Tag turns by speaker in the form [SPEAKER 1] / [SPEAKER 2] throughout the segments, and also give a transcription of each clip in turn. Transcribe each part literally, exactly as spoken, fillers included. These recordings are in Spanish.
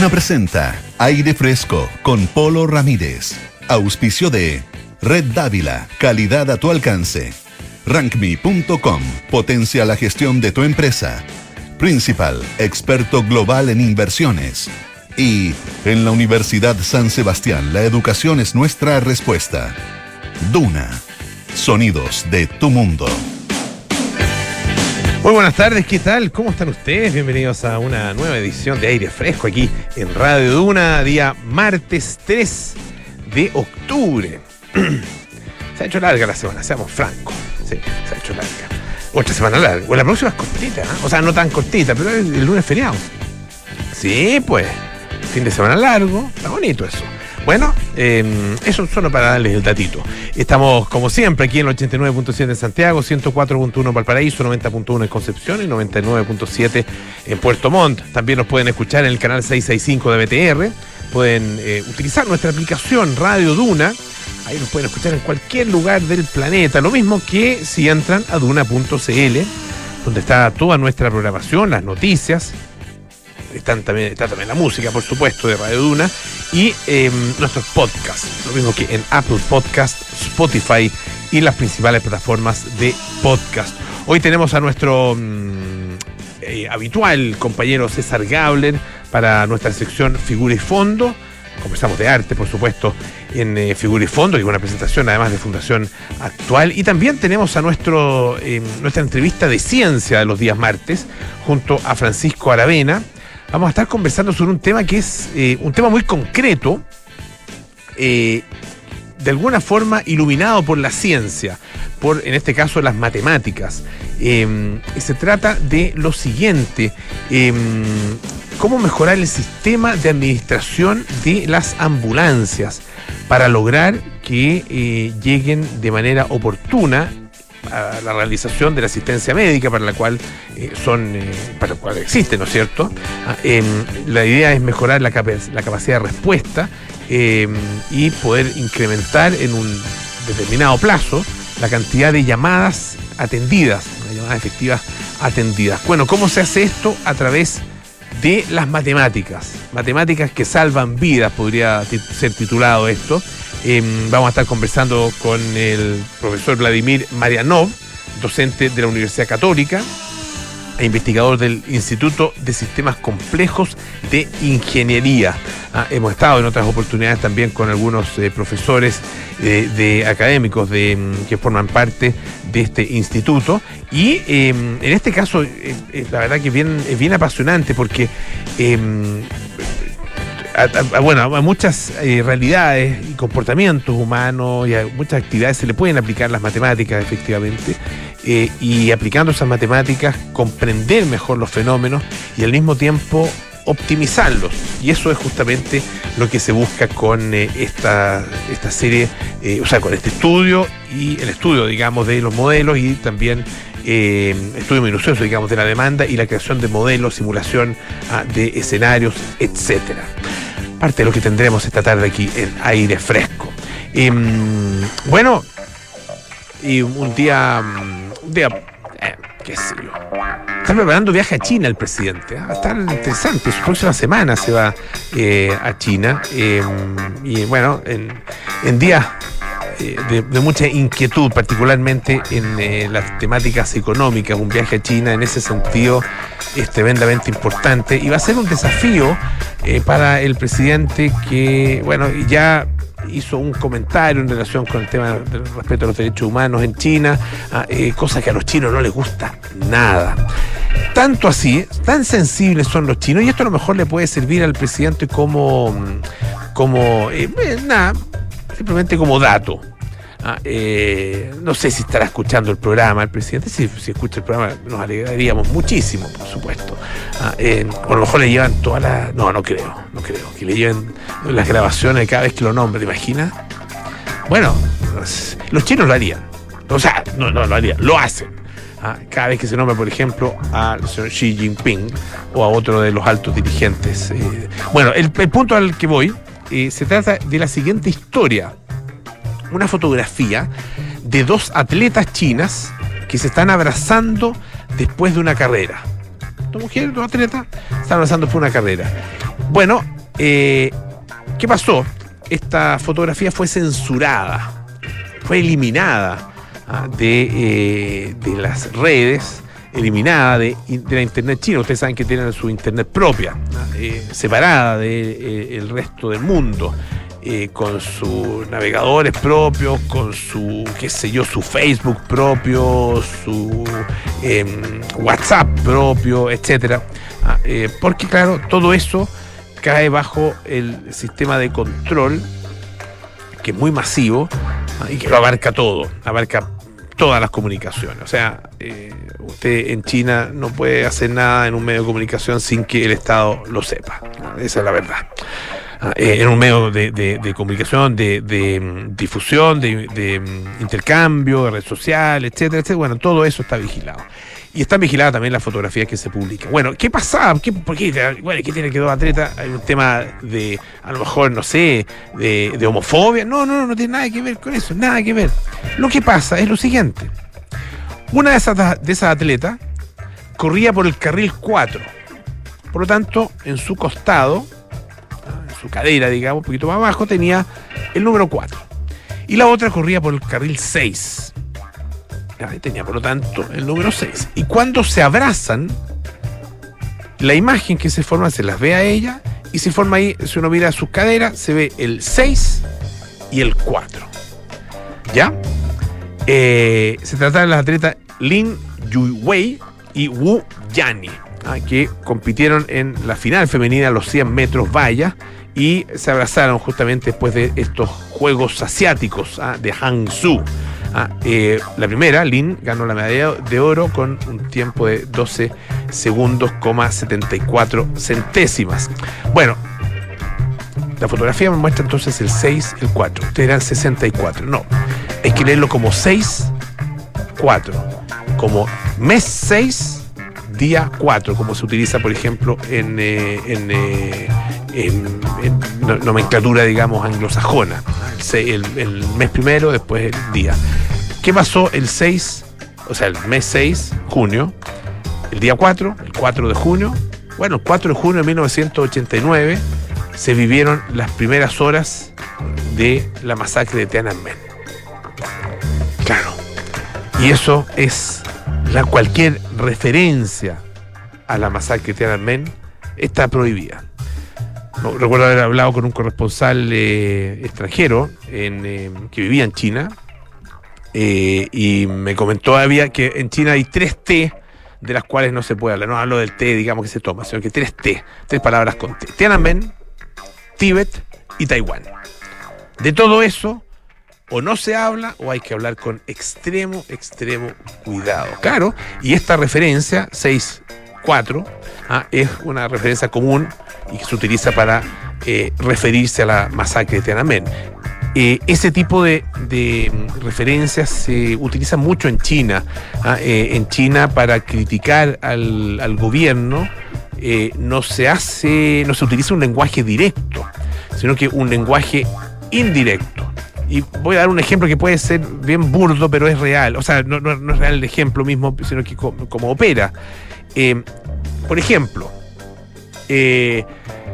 [SPEAKER 1] Duna presenta Aire Fresco con Polo Ramírez. Auspicio de Red Dávila, calidad a tu alcance. Rankme punto com, potencia la gestión de tu empresa. Principal, experto global en inversiones. Y en la Universidad San Sebastián, la educación es nuestra respuesta. Duna, sonidos de tu mundo.
[SPEAKER 2] Muy buenas tardes, ¿qué tal? ¿Cómo están ustedes? Bienvenidos a una nueva edición de Aire Fresco aquí en Radio Duna, día martes tres de octubre. Se ha hecho larga la semana, seamos francos. Sí, se ha hecho larga. Otra semana larga. Bueno, la próxima es cortita, ¿eh? O sea, no tan cortita, pero es el lunes feriado. Sí, pues, fin de semana largo, está bonito eso. Bueno, eh, eso solo para darles el datito. Estamos, como siempre, aquí en el ochenta y nueve punto siete en Santiago, ciento cuatro punto uno en Valparaíso, noventa punto uno en Concepción y noventa y nueve punto siete en Puerto Montt. También nos pueden escuchar en el canal seiscientos sesenta y cinco de B T R. Pueden eh, utilizar nuestra aplicación Radio Duna. Ahí nos pueden escuchar en cualquier lugar del planeta. Lo mismo que si entran a duna punto c l, donde está toda nuestra programación, las noticias. Están también, está también la música, por supuesto, de Radio Duna y eh, nuestros podcasts, lo mismo que en Apple Podcast, Spotify y las principales plataformas de podcast. Hoy tenemos a nuestro mmm, eh, habitual compañero César Gabler para nuestra sección Figura y Fondo. Conversamos de arte, por supuesto, en eh, Figura y Fondo, y una presentación además de Fundación Actual. Y también tenemos a nuestro eh, nuestra entrevista de ciencia de los días martes, junto a Francisco Aravena. Vamos a estar conversando sobre un tema que es eh, un tema muy concreto, eh, de alguna forma iluminado por la ciencia, por, en este caso, las matemáticas. Eh, y se trata de lo siguiente: eh, cómo mejorar el sistema de administración de las ambulancias para lograr que eh, lleguen de manera oportuna a la realización de la asistencia médica para la cual eh, son eh, para la cual existe, ¿no es cierto? Ah, eh, la idea es mejorar la, capa la capacidad de respuesta eh, y poder incrementar en un determinado plazo la cantidad de llamadas atendidas, llamadas efectivas atendidas. Bueno, ¿cómo se hace esto? A través de las matemáticas. Matemáticas que salvan vidas, podría ser titulado esto. Eh, vamos a estar conversando con el profesor Vladimir Marianov, docente de la Universidad Católica e investigador del Instituto de Sistemas Complejos de Ingeniería. Ah, hemos estado en otras oportunidades también con algunos eh, profesores eh, de académicos de, que forman parte de este instituto. Y eh, en este caso, eh, eh, la verdad que es bien, es bien apasionante porque eh, A, a, bueno, a muchas eh, realidades y comportamientos humanos y a muchas actividades se le pueden aplicar las matemáticas, efectivamente, eh, y aplicando esas matemáticas comprender mejor los fenómenos y al mismo tiempo optimizarlos. Y eso es justamente lo que se busca con eh, esta, esta serie, eh, o sea, con este estudio y el estudio, digamos, de los modelos y también Eh, estudio minucioso, digamos, de la demanda y la creación de modelos, simulación ah, de escenarios, etcétera. Parte de lo que tendremos esta tarde aquí en Aire Fresco. Eh, bueno, y un día, un día, eh, qué sé yo. Está preparando viaje a China el presidente. ¿eh? Va a estar interesante. Su próxima semana se va eh, a China. Eh, y bueno, en, en días De, de mucha inquietud, particularmente en eh, las temáticas económicas. Un viaje a China en ese sentido es tremendamente importante y va a ser un desafío eh, para el presidente, que, bueno, ya hizo un comentario en relación con el tema del respeto a los derechos humanos en China, eh, cosa que a los chinos no les gusta nada. Tanto así, tan sensibles son los chinos, y esto a lo mejor le puede servir al presidente como, como eh, nada, simplemente como dato. Ah, eh, no sé si estará escuchando el programa el presidente. Si, si escucha el programa nos alegraríamos muchísimo, por supuesto. Ah, eh, o a lo mejor le llevan todas las... No, no creo, no creo. Que le lleven las grabaciones cada vez que lo nombre, ¿te imaginas? Bueno, los chinos lo harían. O sea, no, no lo harían, lo hacen. Ah, cada vez que se nombra, por ejemplo, al señor Xi Jinping o a otro de los altos dirigentes. Eh, bueno, el, el punto al que voy eh, se trata de la siguiente historia. Una fotografía de dos atletas chinas que se están abrazando después de una carrera. Dos mujeres, dos atletas, se están abrazando por una carrera. Bueno, Eh, ¿Qué pasó? Esta fotografía fue censurada, fue eliminada ¿ah? de, eh, de las redes, eliminada de, de la internet china. Ustedes saben que tienen su internet propia, eh, separada del de, resto del mundo, eh, con sus navegadores propios, con su, qué sé yo, su Facebook propio, su eh, WhatsApp propio, etcétera. Ah, eh, porque claro, todo eso cae bajo el sistema de control, que es muy masivo, ah, y que lo abarca todo, abarca todas las comunicaciones. O sea, eh, usted en China no puede hacer nada en un medio de comunicación sin que el Estado lo sepa. Esa es la verdad. Eh, en un medio de, de, de comunicación, de, de difusión, de, de intercambio, de red social, etcétera, etcétera. Bueno, todo eso está vigilado. Y están vigiladas también las fotografías que se publican. Bueno, ¿qué pasaba? ¿Qué, ¿Por qué? Bueno, ¿qué tiene que dos atletas? Hay un tema de, a lo mejor, no sé, de, de homofobia. No, no, no, no tiene nada que ver con eso, nada que ver. Lo que pasa es lo siguiente. Una de esas, de esas atletas corría por el carril cuatro. Por lo tanto, en su costado, en su cadera, digamos, un poquito más abajo, tenía el número cuatro. Y la otra corría por el carril seis. Tenía, por lo tanto, el número seis. Y cuando se abrazan, la imagen que se forma se las ve a ella, y se forma ahí, si uno mira sus caderas, se ve el seis y el cuatro. ¿Ya? Eh, se trata de las atletas Lin Yuwei y Wu Yani, ¿ah? que compitieron en la final femenina a los cien metros valla y se abrazaron justamente después de estos Juegos Asiáticos ¿ah? de Hangzhou. Ah, eh, la primera, Lin, ganó la medalla de oro con un tiempo de doce segundos, setenta y cuatro centésimas. Bueno, la fotografía me muestra entonces el seis y el cuatro. Ustedes eran sesenta y cuatro. No, hay que leerlo como seis, cuatro. Como mes seis, día cuatro, como se utiliza, por ejemplo, en, eh, en, eh, en, en nomenclatura, digamos, anglosajona. El, el mes primero, después el día. ¿Qué pasó el seis, o sea, el mes seis, junio, el día cuatro, el cuatro de junio? Bueno, el cuatro de junio de mil novecientos ochenta y nueve se vivieron las primeras horas de la masacre de Tiananmen. Claro. Y eso es la, cualquier referencia a la masacre de Tiananmen está prohibida. No, recuerdo haber hablado con un corresponsal eh, extranjero en, eh, que vivía en China eh, y me comentó había que en China hay tres té de las cuales no se puede hablar. No hablo del té, digamos, que se toma, sino que tres té, tres palabras con té. Tiananmen, Tíbet y Taiwán. De todo eso, o no se habla o hay que hablar con extremo, extremo cuidado. Claro, y esta referencia, seis cuatro, ah, es una referencia común y que se utiliza para eh, referirse a la masacre de Tiananmen. Eh, ese tipo de, de referencias se utilizan mucho en China. ¿ah? Eh, en China, para criticar al, al gobierno, eh, no se hace, no se utiliza un lenguaje directo, sino que un lenguaje indirecto. Y voy a dar un ejemplo que puede ser bien burdo, pero es real. O sea, no, no, no es real el ejemplo mismo, sino que como, como opera. Eh, por ejemplo, eh,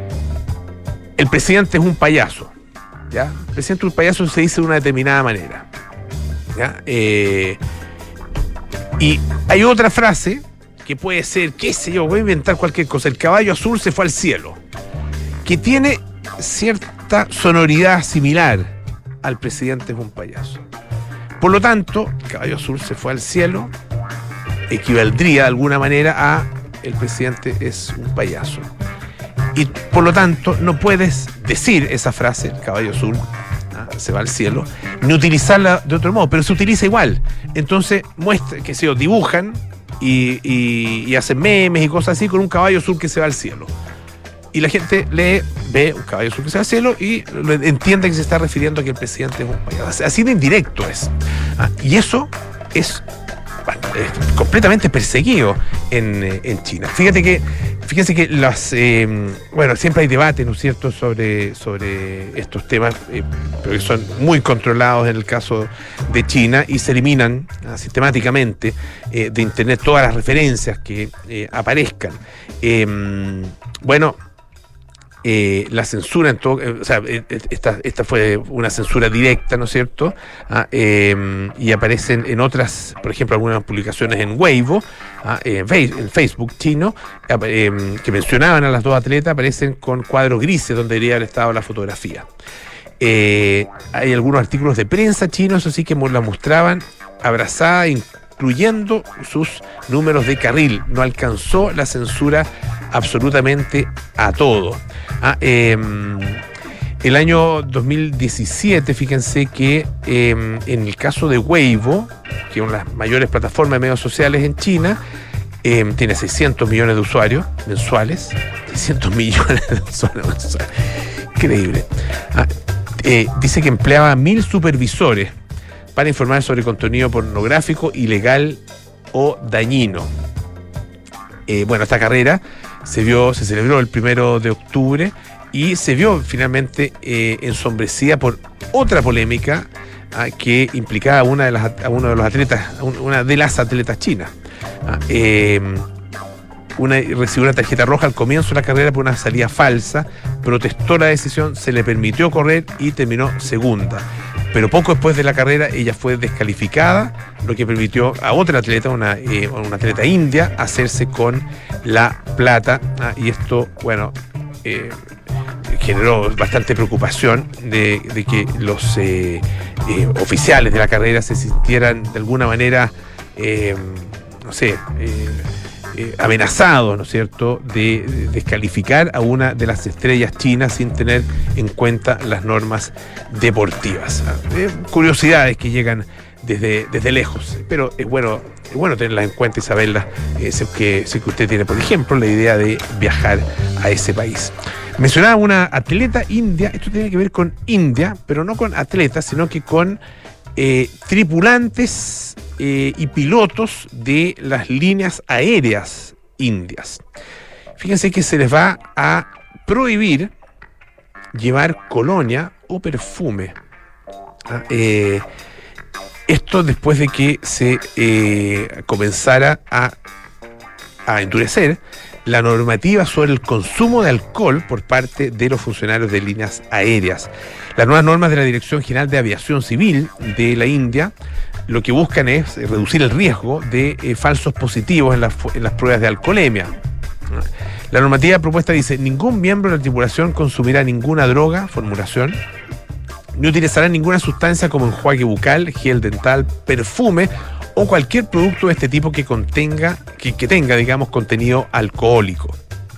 [SPEAKER 2] el presidente es un payaso. ¿Ya? El presidente es un payaso, se dice de una determinada manera. ¿Ya? Eh, y hay otra frase que puede ser, qué sé yo, voy a inventar cualquier cosa. El caballo azul se fue al cielo. Que tiene cierta sonoridad similar al presidente es un payaso. Por lo tanto, el caballo azul se fue al cielo equivaldría de alguna manera a el presidente es un payaso. Y por lo tanto no puedes decir esa frase, el caballo azul ¿ah? se va al cielo, ni utilizarla de otro modo, pero se utiliza igual. Entonces muestra, que se dibujan y, y, y hacen memes y cosas así con un caballo azul que se va al cielo. Y la gente lee, ve un caballo azul que se va al cielo y entiende que se está refiriendo a que el presidente es un payaso. Así de indirecto es. ¿Ah? Y eso es Es completamente perseguido en, en China. Fíjate que, fíjense que las, eh, bueno, siempre hay debate, ¿no es cierto?, sobre, sobre estos temas, eh, pero que son muy controlados en el caso de China y se eliminan ah, sistemáticamente eh, de internet todas las referencias que eh, aparezcan. Eh, bueno, Eh, la censura en todo, eh, o sea, eh, esta, esta fue una censura directa, ¿no es cierto? Ah, eh, y aparecen en otras, por ejemplo, algunas publicaciones en Weibo, ah, eh, en Facebook chino, eh, que mencionaban a las dos atletas, aparecen con cuadros grises donde debería haber estado la fotografía. Eh, hay algunos artículos de prensa chinos, así que la mostraban abrazada, incluyendo sus números de carril. No alcanzó la censura absolutamente a todo. Ah, eh, el año dos mil diecisiete, fíjense que eh, en el caso de Weibo, que es una de las mayores plataformas de medios sociales en China, eh, tiene seiscientos millones de usuarios mensuales. seiscientos millones de usuarios mensuales. Increíble. Ah, eh, dice que empleaba a mil supervisores para informar sobre contenido pornográfico, ilegal o dañino. Eh, bueno, esta carrera se vio, se celebró el primero de octubre y se vio finalmente eh, ensombrecida por otra polémica ah, que implicaba a una de las, a uno de los atletas, a una de las atletas chinas. Ah, eh, una, recibió una tarjeta roja al comienzo de la carrera por una salida falsa, protestó la decisión, se le permitió correr y terminó segunda. Pero poco después de la carrera ella fue descalificada, lo que permitió a otra atleta, una, eh, una atleta india, hacerse con la plata. Ah, y esto, bueno, eh, generó bastante preocupación de, de que los eh, eh, oficiales de la carrera se sintieran de alguna manera, eh, no sé, eh, eh, amenazados, ¿no es cierto?, de, de descalificar a una de las estrellas chinas sin tener en cuenta las normas deportivas. Eh, curiosidades que llegan desde, desde lejos, pero es bueno, es bueno tenerlas en cuenta y saberlas, eh, si, que, si que usted tiene, por ejemplo, la idea de viajar a ese país. Mencionaba una atleta india, esto tiene que ver con India, pero no con atletas, sino que con eh, tripulantes eh, y pilotos de las líneas aéreas indias. Fíjense que se les va a prohibir llevar colonia o perfume. Ah, eh, esto después de que se eh, comenzara a, a endurecer la normativa sobre el consumo de alcohol por parte de los funcionarios de líneas aéreas. Las nuevas normas de la Dirección General de Aviación Civil de la India lo que buscan es reducir el riesgo de eh, falsos positivos en las, en las pruebas de alcoholemia. La normativa propuesta dice: ningún miembro de la tripulación consumirá ninguna droga, formulación, ni utilizará ninguna sustancia como enjuague bucal, gel dental, perfume o cualquier producto de este tipo que contenga, que, que tenga, digamos, contenido alcohólico.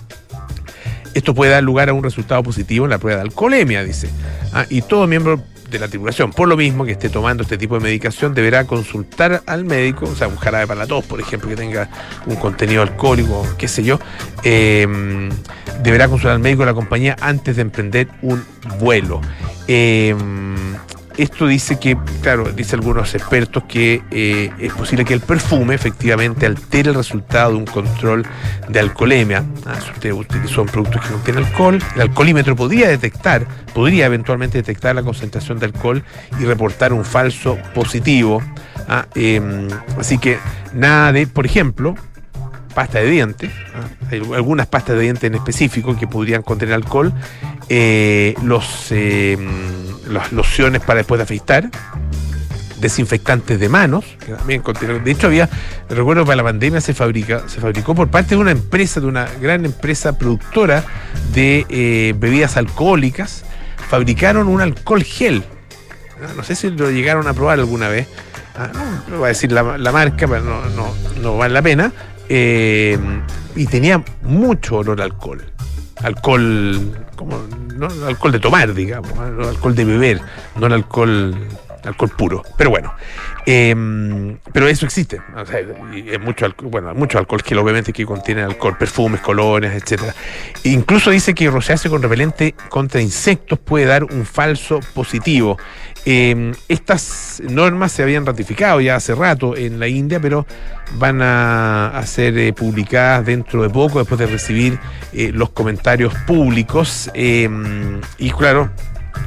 [SPEAKER 2] Esto puede dar lugar a un resultado positivo en la prueba de alcoholemia, dice. Ah, y todo miembro de la tripulación, por lo mismo que esté tomando este tipo de medicación, deberá consultar al médico, o sea, un jarabe para la tos, por ejemplo, que tenga un contenido alcohólico, qué sé yo, eh, deberá consultar al médico de la compañía antes de emprender un vuelo. Eh, Esto dice que, claro, dice algunos expertos que eh, es posible que el perfume efectivamente altere el resultado de un control de alcoholemia. Ah, si usted utilizó productos que contienen alcohol, el alcoholímetro podría detectar, podría eventualmente detectar la concentración de alcohol y reportar un falso positivo. Ah, eh, así que nada de, por ejemplo, pasta de dientes. ¿Ah? Hay algunas pastas de dientes en específico que podrían contener alcohol. Eh, los, eh, las lociones para después de afeitar, desinfectantes de manos, que también contienen. De hecho, había, recuerdo, para la pandemia se fabrica, se fabricó por parte de una empresa, de una gran empresa productora de eh, bebidas alcohólicas, fabricaron un alcohol gel. No, no sé si lo llegaron a probar alguna vez. Ah, no, no voy a decir la, la marca, pero no, no, no vale la pena. Eh, y tenía mucho olor a alcohol. Alcohol, como, no alcohol de tomar, digamos, no alcohol de beber, no el alcohol, alcohol puro. Pero bueno, eh, pero eso existe. O sea, y es mucho alcohol, bueno, mucho alcohol que obviamente que contiene alcohol, perfumes, colonias, etcétera. E incluso dice que rociarse con repelente contra insectos puede dar un falso positivo. Eh, estas normas se habían ratificado ya hace rato en la India, pero van a, a ser eh, publicadas dentro de poco, después de recibir eh, los comentarios públicos. Eh, y claro,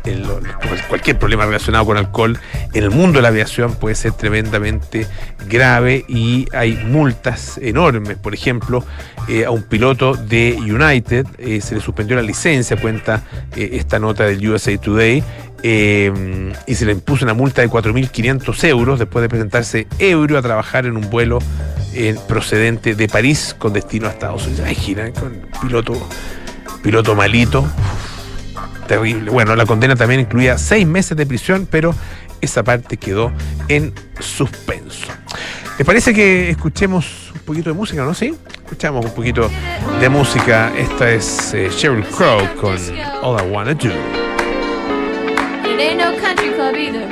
[SPEAKER 2] el, cualquier problema relacionado con alcohol en el mundo de la aviación puede ser tremendamente grave y hay multas enormes. Por ejemplo, eh, a un piloto de United eh, se le suspendió la licencia, cuenta eh, esta nota del U S A Today, eh, y se le impuso una multa de cuatro mil quinientos euros después de presentarse ebrio a trabajar en un vuelo eh, procedente de París con destino a Estados Unidos. Imagina, con piloto, piloto malito. Terrible. Bueno, la condena también incluía seis meses de prisión, pero esa parte quedó en suspenso. ¿Les parece que escuchemos un poquito de música, no? ¿Sí? Escuchamos un poquito de música. Esta es eh, Sheryl Crow con All I Wanna Do.
[SPEAKER 3] It ain't no country club either.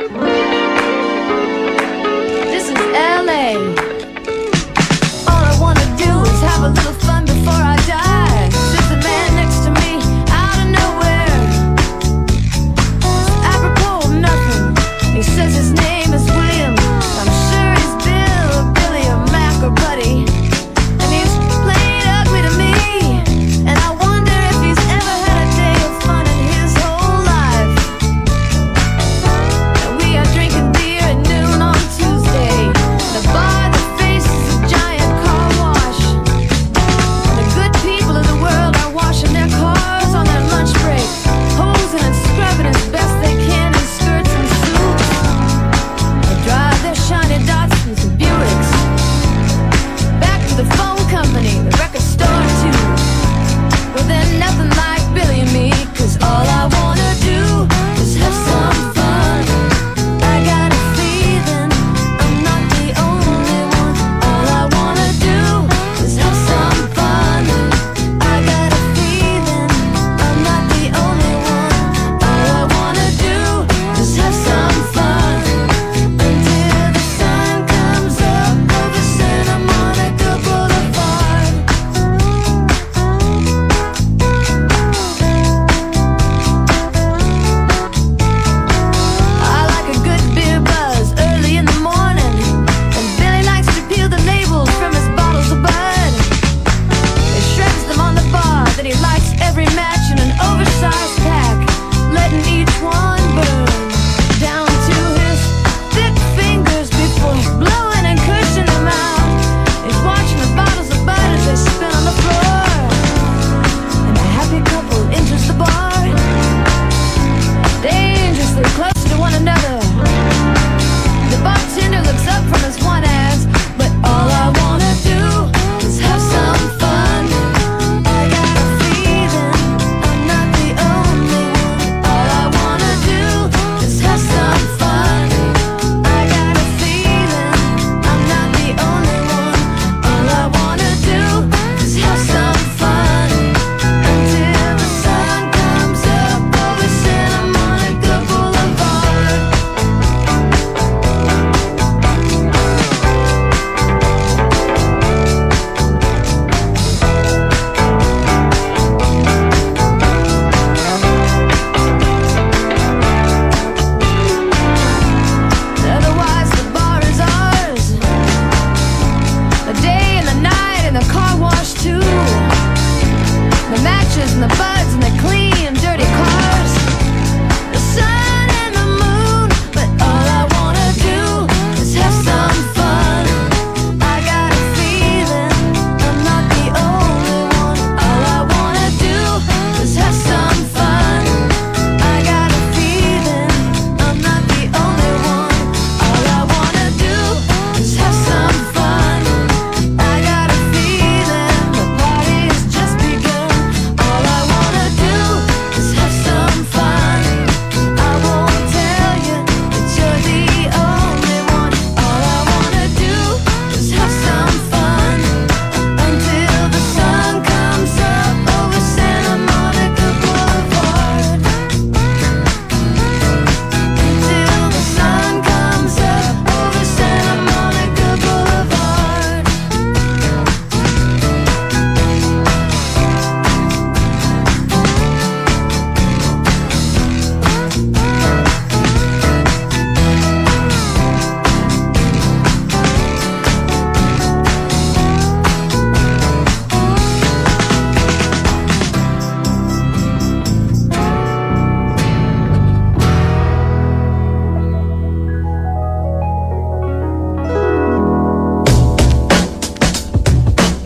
[SPEAKER 3] This is L A. All I wanna do is have a little fun before I die. There's a man next to me out of nowhere. Apropos of nothing. He says his name is William. I'm sure he's Bill or Billy or Mac or Buddy. And he's playing ugly to me. And I wonder if he's ever had a day of fun in his whole life.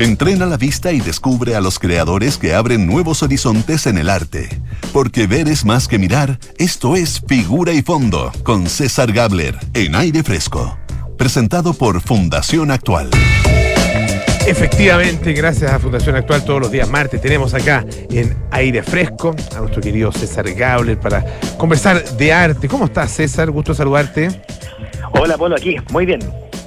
[SPEAKER 1] Entrena la vista y descubre a los creadores que abren nuevos horizontes en el arte. Porque ver es más que mirar, esto es Figura y Fondo, con César Gabler, en Aire Fresco. Presentado por Fundación Actual.
[SPEAKER 2] Efectivamente, gracias a Fundación Actual, todos los días martes tenemos acá en Aire Fresco a nuestro querido César Gabler para conversar de arte. ¿Cómo estás, César? Gusto saludarte.
[SPEAKER 4] Hola, Polo, aquí. Muy bien.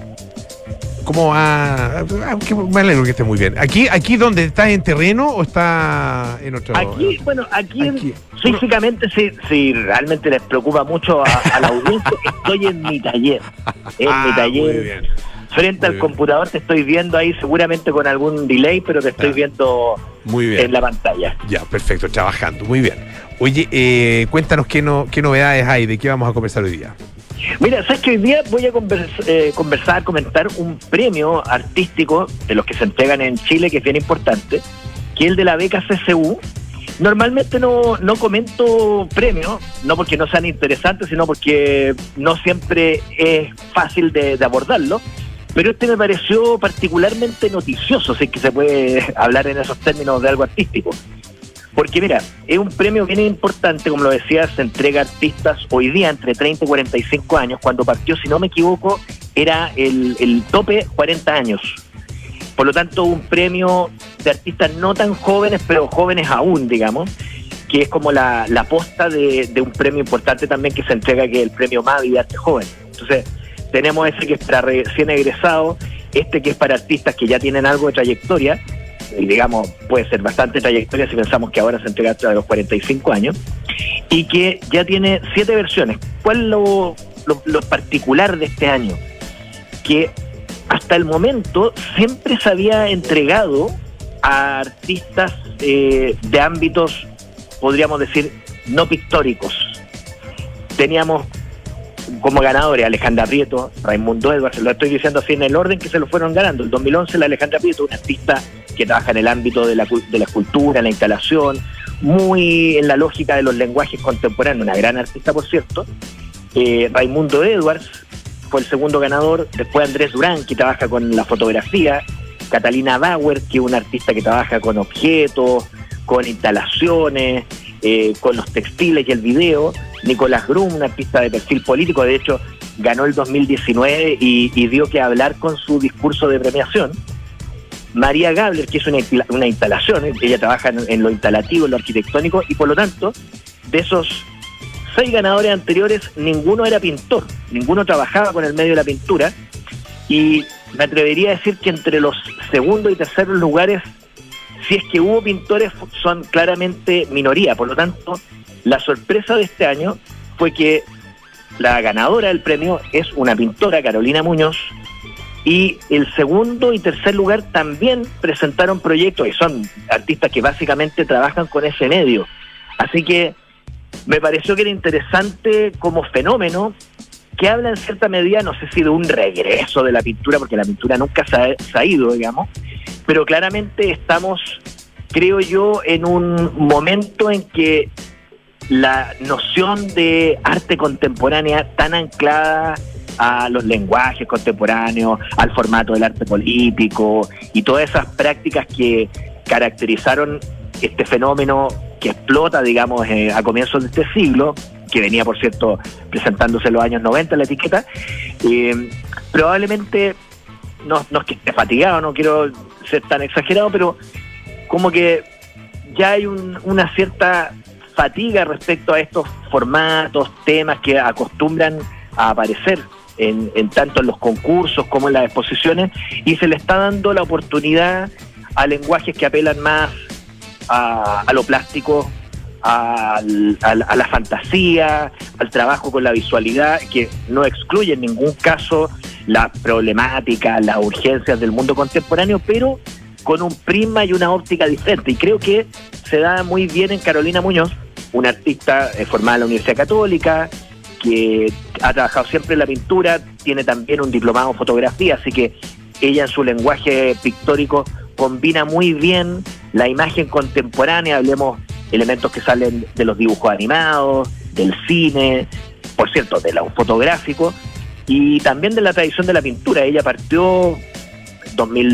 [SPEAKER 2] ¿Cómo va? Ah, me alegro que esté muy bien. ¿Aquí, aquí donde estás en terreno o está en otro?
[SPEAKER 4] Aquí, bueno, aquí,
[SPEAKER 2] aquí.
[SPEAKER 4] físicamente, si, si realmente les preocupa mucho a, a la audiencia, estoy en mi taller. En
[SPEAKER 2] ah,
[SPEAKER 4] mi taller.
[SPEAKER 2] Muy bien.
[SPEAKER 4] Frente
[SPEAKER 2] muy
[SPEAKER 4] al
[SPEAKER 2] bien.
[SPEAKER 4] computador te estoy viendo ahí, seguramente con algún delay, pero te estoy
[SPEAKER 2] ah,
[SPEAKER 4] viendo
[SPEAKER 2] muy bien.
[SPEAKER 4] en la pantalla.
[SPEAKER 2] Ya, perfecto, trabajando. Muy bien. Oye, eh, cuéntanos qué, no, qué novedades hay, de qué vamos a conversar hoy día.
[SPEAKER 4] Mira, sabes que hoy día voy a convers eh, conversar, comentar un premio artístico de los que se entregan en Chile, que es bien importante, que es el de la beca C C U. Normalmente no, no comento premios, no porque no sean interesantes, sino porque no siempre es fácil de, de abordarlo, pero este me pareció particularmente noticioso, si es que se puede hablar en esos términos de algo artístico. Porque mira, es un premio bien importante, como lo decía, se entrega a artistas hoy día entre treinta y cuarenta y cinco años. Cuando partió, si no me equivoco, era el, el tope cuarenta años. Por lo tanto, un premio de artistas no tan jóvenes, pero jóvenes aún, digamos, que es como la, la posta de, de un premio importante también que se entrega, que es el premio Mavi de Arte Joven. Entonces, tenemos ese que es para recién egresados, este que es para artistas que ya tienen algo de trayectoria, y digamos, puede ser bastante trayectoria si pensamos que ahora se entrega hasta los cuarenta y cinco años, y que ya tiene siete versiones. ¿Cuál es lo, lo, lo particular de este año? Que hasta el momento siempre se había entregado a artistas eh, de ámbitos, podríamos decir, no pictóricos. Teníamos como ganadores Alejandra Prieto, Raimundo Edwards, lo estoy diciendo así en el orden que se lo fueron ganando. El dos mil once la Alejandra Prieto, una artista que trabaja en el ámbito de la, de la escultura, la instalación, muy en la lógica de los lenguajes contemporáneos, una gran artista, por cierto. Eh, Raimundo Edwards fue el segundo ganador. Después Andrés Durán, que trabaja con la fotografía. Catalina Bauer, que es una artista que trabaja con objetos, con instalaciones, eh, con los textiles y el video. Nicolás Grum, un artista de perfil político, de hecho ganó el dos mil diecinueve y, y dio que hablar con su discurso de premiación. María Gabler, que es una, una instalación, ella trabaja en, en lo instalativo, en lo arquitectónico, y por lo tanto, de esos seis ganadores anteriores, ninguno era pintor, ninguno trabajaba con el medio de la pintura, y me atrevería a decir que entre los segundos y terceros lugares, si es que hubo pintores, son claramente minoría. Por lo tanto, la sorpresa de este año fue que la ganadora del premio es una pintora, Carolina Muñoz, y el segundo y tercer lugar también presentaron proyectos, y son artistas que básicamente trabajan con ese medio. Así que me pareció que era interesante como fenómeno, que habla en cierta medida, no sé si de un regreso de la pintura, porque la pintura nunca se ha, se ha ido, digamos, pero claramente estamos, creo yo, en un momento en que la noción de arte contemporánea tan anclada a los lenguajes contemporáneos, al formato del arte político y todas esas prácticas que caracterizaron este fenómeno que explota, digamos, eh, a comienzos de este siglo, que venía, por cierto, presentándose en los años noventa la etiqueta, eh, probablemente, no, no es que esté fatigado, no quiero ser tan exagerado, pero como que ya hay un, una cierta fatiga respecto a estos formatos, temas que acostumbran a aparecer en, en tanto en los concursos como en las exposiciones, y se le está dando la oportunidad a lenguajes que apelan más a, a lo plástico, a, a, a la fantasía, al trabajo con la visualidad, que no excluye en ningún caso las problemáticas, las urgencias del mundo contemporáneo, pero con un prisma y una óptica diferente. Y creo que se da muy bien en Carolina Muñoz, una artista eh, formada en la Universidad Católica, que ha trabajado siempre en la pintura, tiene también un diplomado en fotografía, así que ella en su lenguaje pictórico combina muy bien la imagen contemporánea, hablemos elementos que salen de los dibujos animados, del cine, por cierto, de lo fotográfico, y también de la tradición de la pintura. Ella partió en dos mil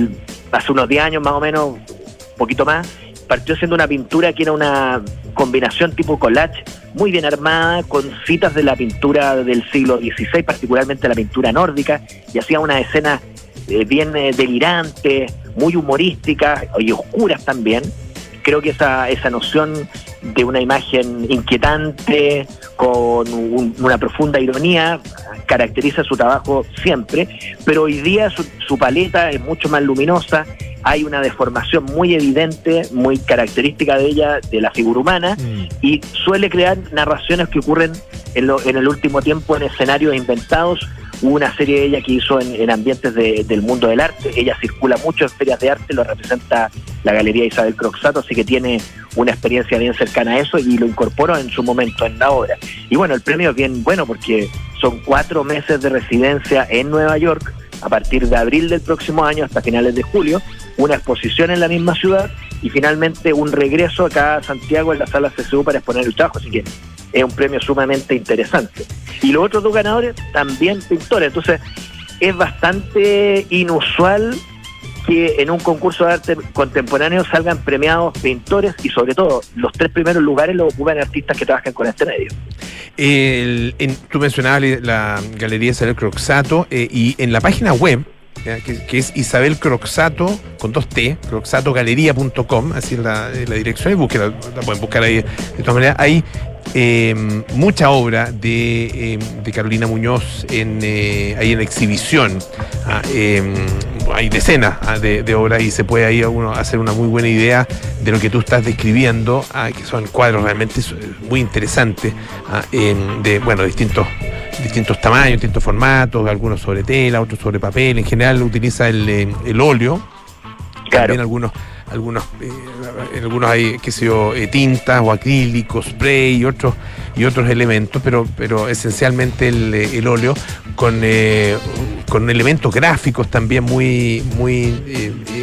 [SPEAKER 4] hace unos diez años más o menos, un poquito más, partió siendo una pintura que era una combinación tipo collage, muy bien armada, con citas de la pintura del siglo dieciséis, particularmente la pintura nórdica, y hacía unas escenas eh, bien eh, delirantes, muy humorísticas y oscuras también. Creo que esa, esa noción de una imagen inquietante, con un, una profunda ironía, caracteriza su trabajo siempre, pero hoy día su, su paleta es mucho más luminosa, hay una deformación muy evidente, muy característica de ella, de la figura humana, mm. y suele crear narraciones que ocurren en, lo, en el último tiempo en escenarios inventados. Hubo una serie de ella que hizo en, en ambientes de, del mundo del arte. Ella circula mucho en ferias de arte, lo representa la Galería Isabel Croxatto, así que tiene una experiencia bien cercana a eso y lo incorporó en su momento en la obra. Y bueno, el premio es bien bueno porque son cuatro meses de residencia en Nueva York, a partir de abril del próximo año hasta finales de julio, una exposición en la misma ciudad y finalmente un regreso acá a Santiago en la sala C C U para exponer el trabajo, así que es un premio sumamente interesante. Y los otros dos ganadores también pintores, entonces es bastante inusual que en un concurso de arte contemporáneo salgan premiados pintores y sobre todo los tres primeros lugares los ocupan artistas que trabajan con este medio.
[SPEAKER 2] El, en, tú mencionabas la Galería Isabel Croxatto eh, y en la página web, ya, que, que es Isabel Croxatto con dos T, croxatto galería punto com, así es la, la dirección, y búsquela, la pueden buscar ahí de todas maneras. Hay eh, mucha obra de, eh, de Carolina Muñoz en, eh, ahí en exhibición. Ah, eh, hay decenas ah, de, de obras y se puede ahí uno hacer una muy buena idea de lo que tú estás describiendo, ah, que son cuadros realmente muy interesantes, ah, eh, de bueno distintos distintos tamaños, distintos formatos, algunos sobre tela, otros sobre papel. En general utiliza el, el óleo. Claro. También algunos, algunos, eh, algunos hay, qué sé yo, eh, tintas o acrílicos, spray y otros y otros elementos, pero, pero esencialmente el, el óleo con, eh, con elementos gráficos también muy, muy eh, eh,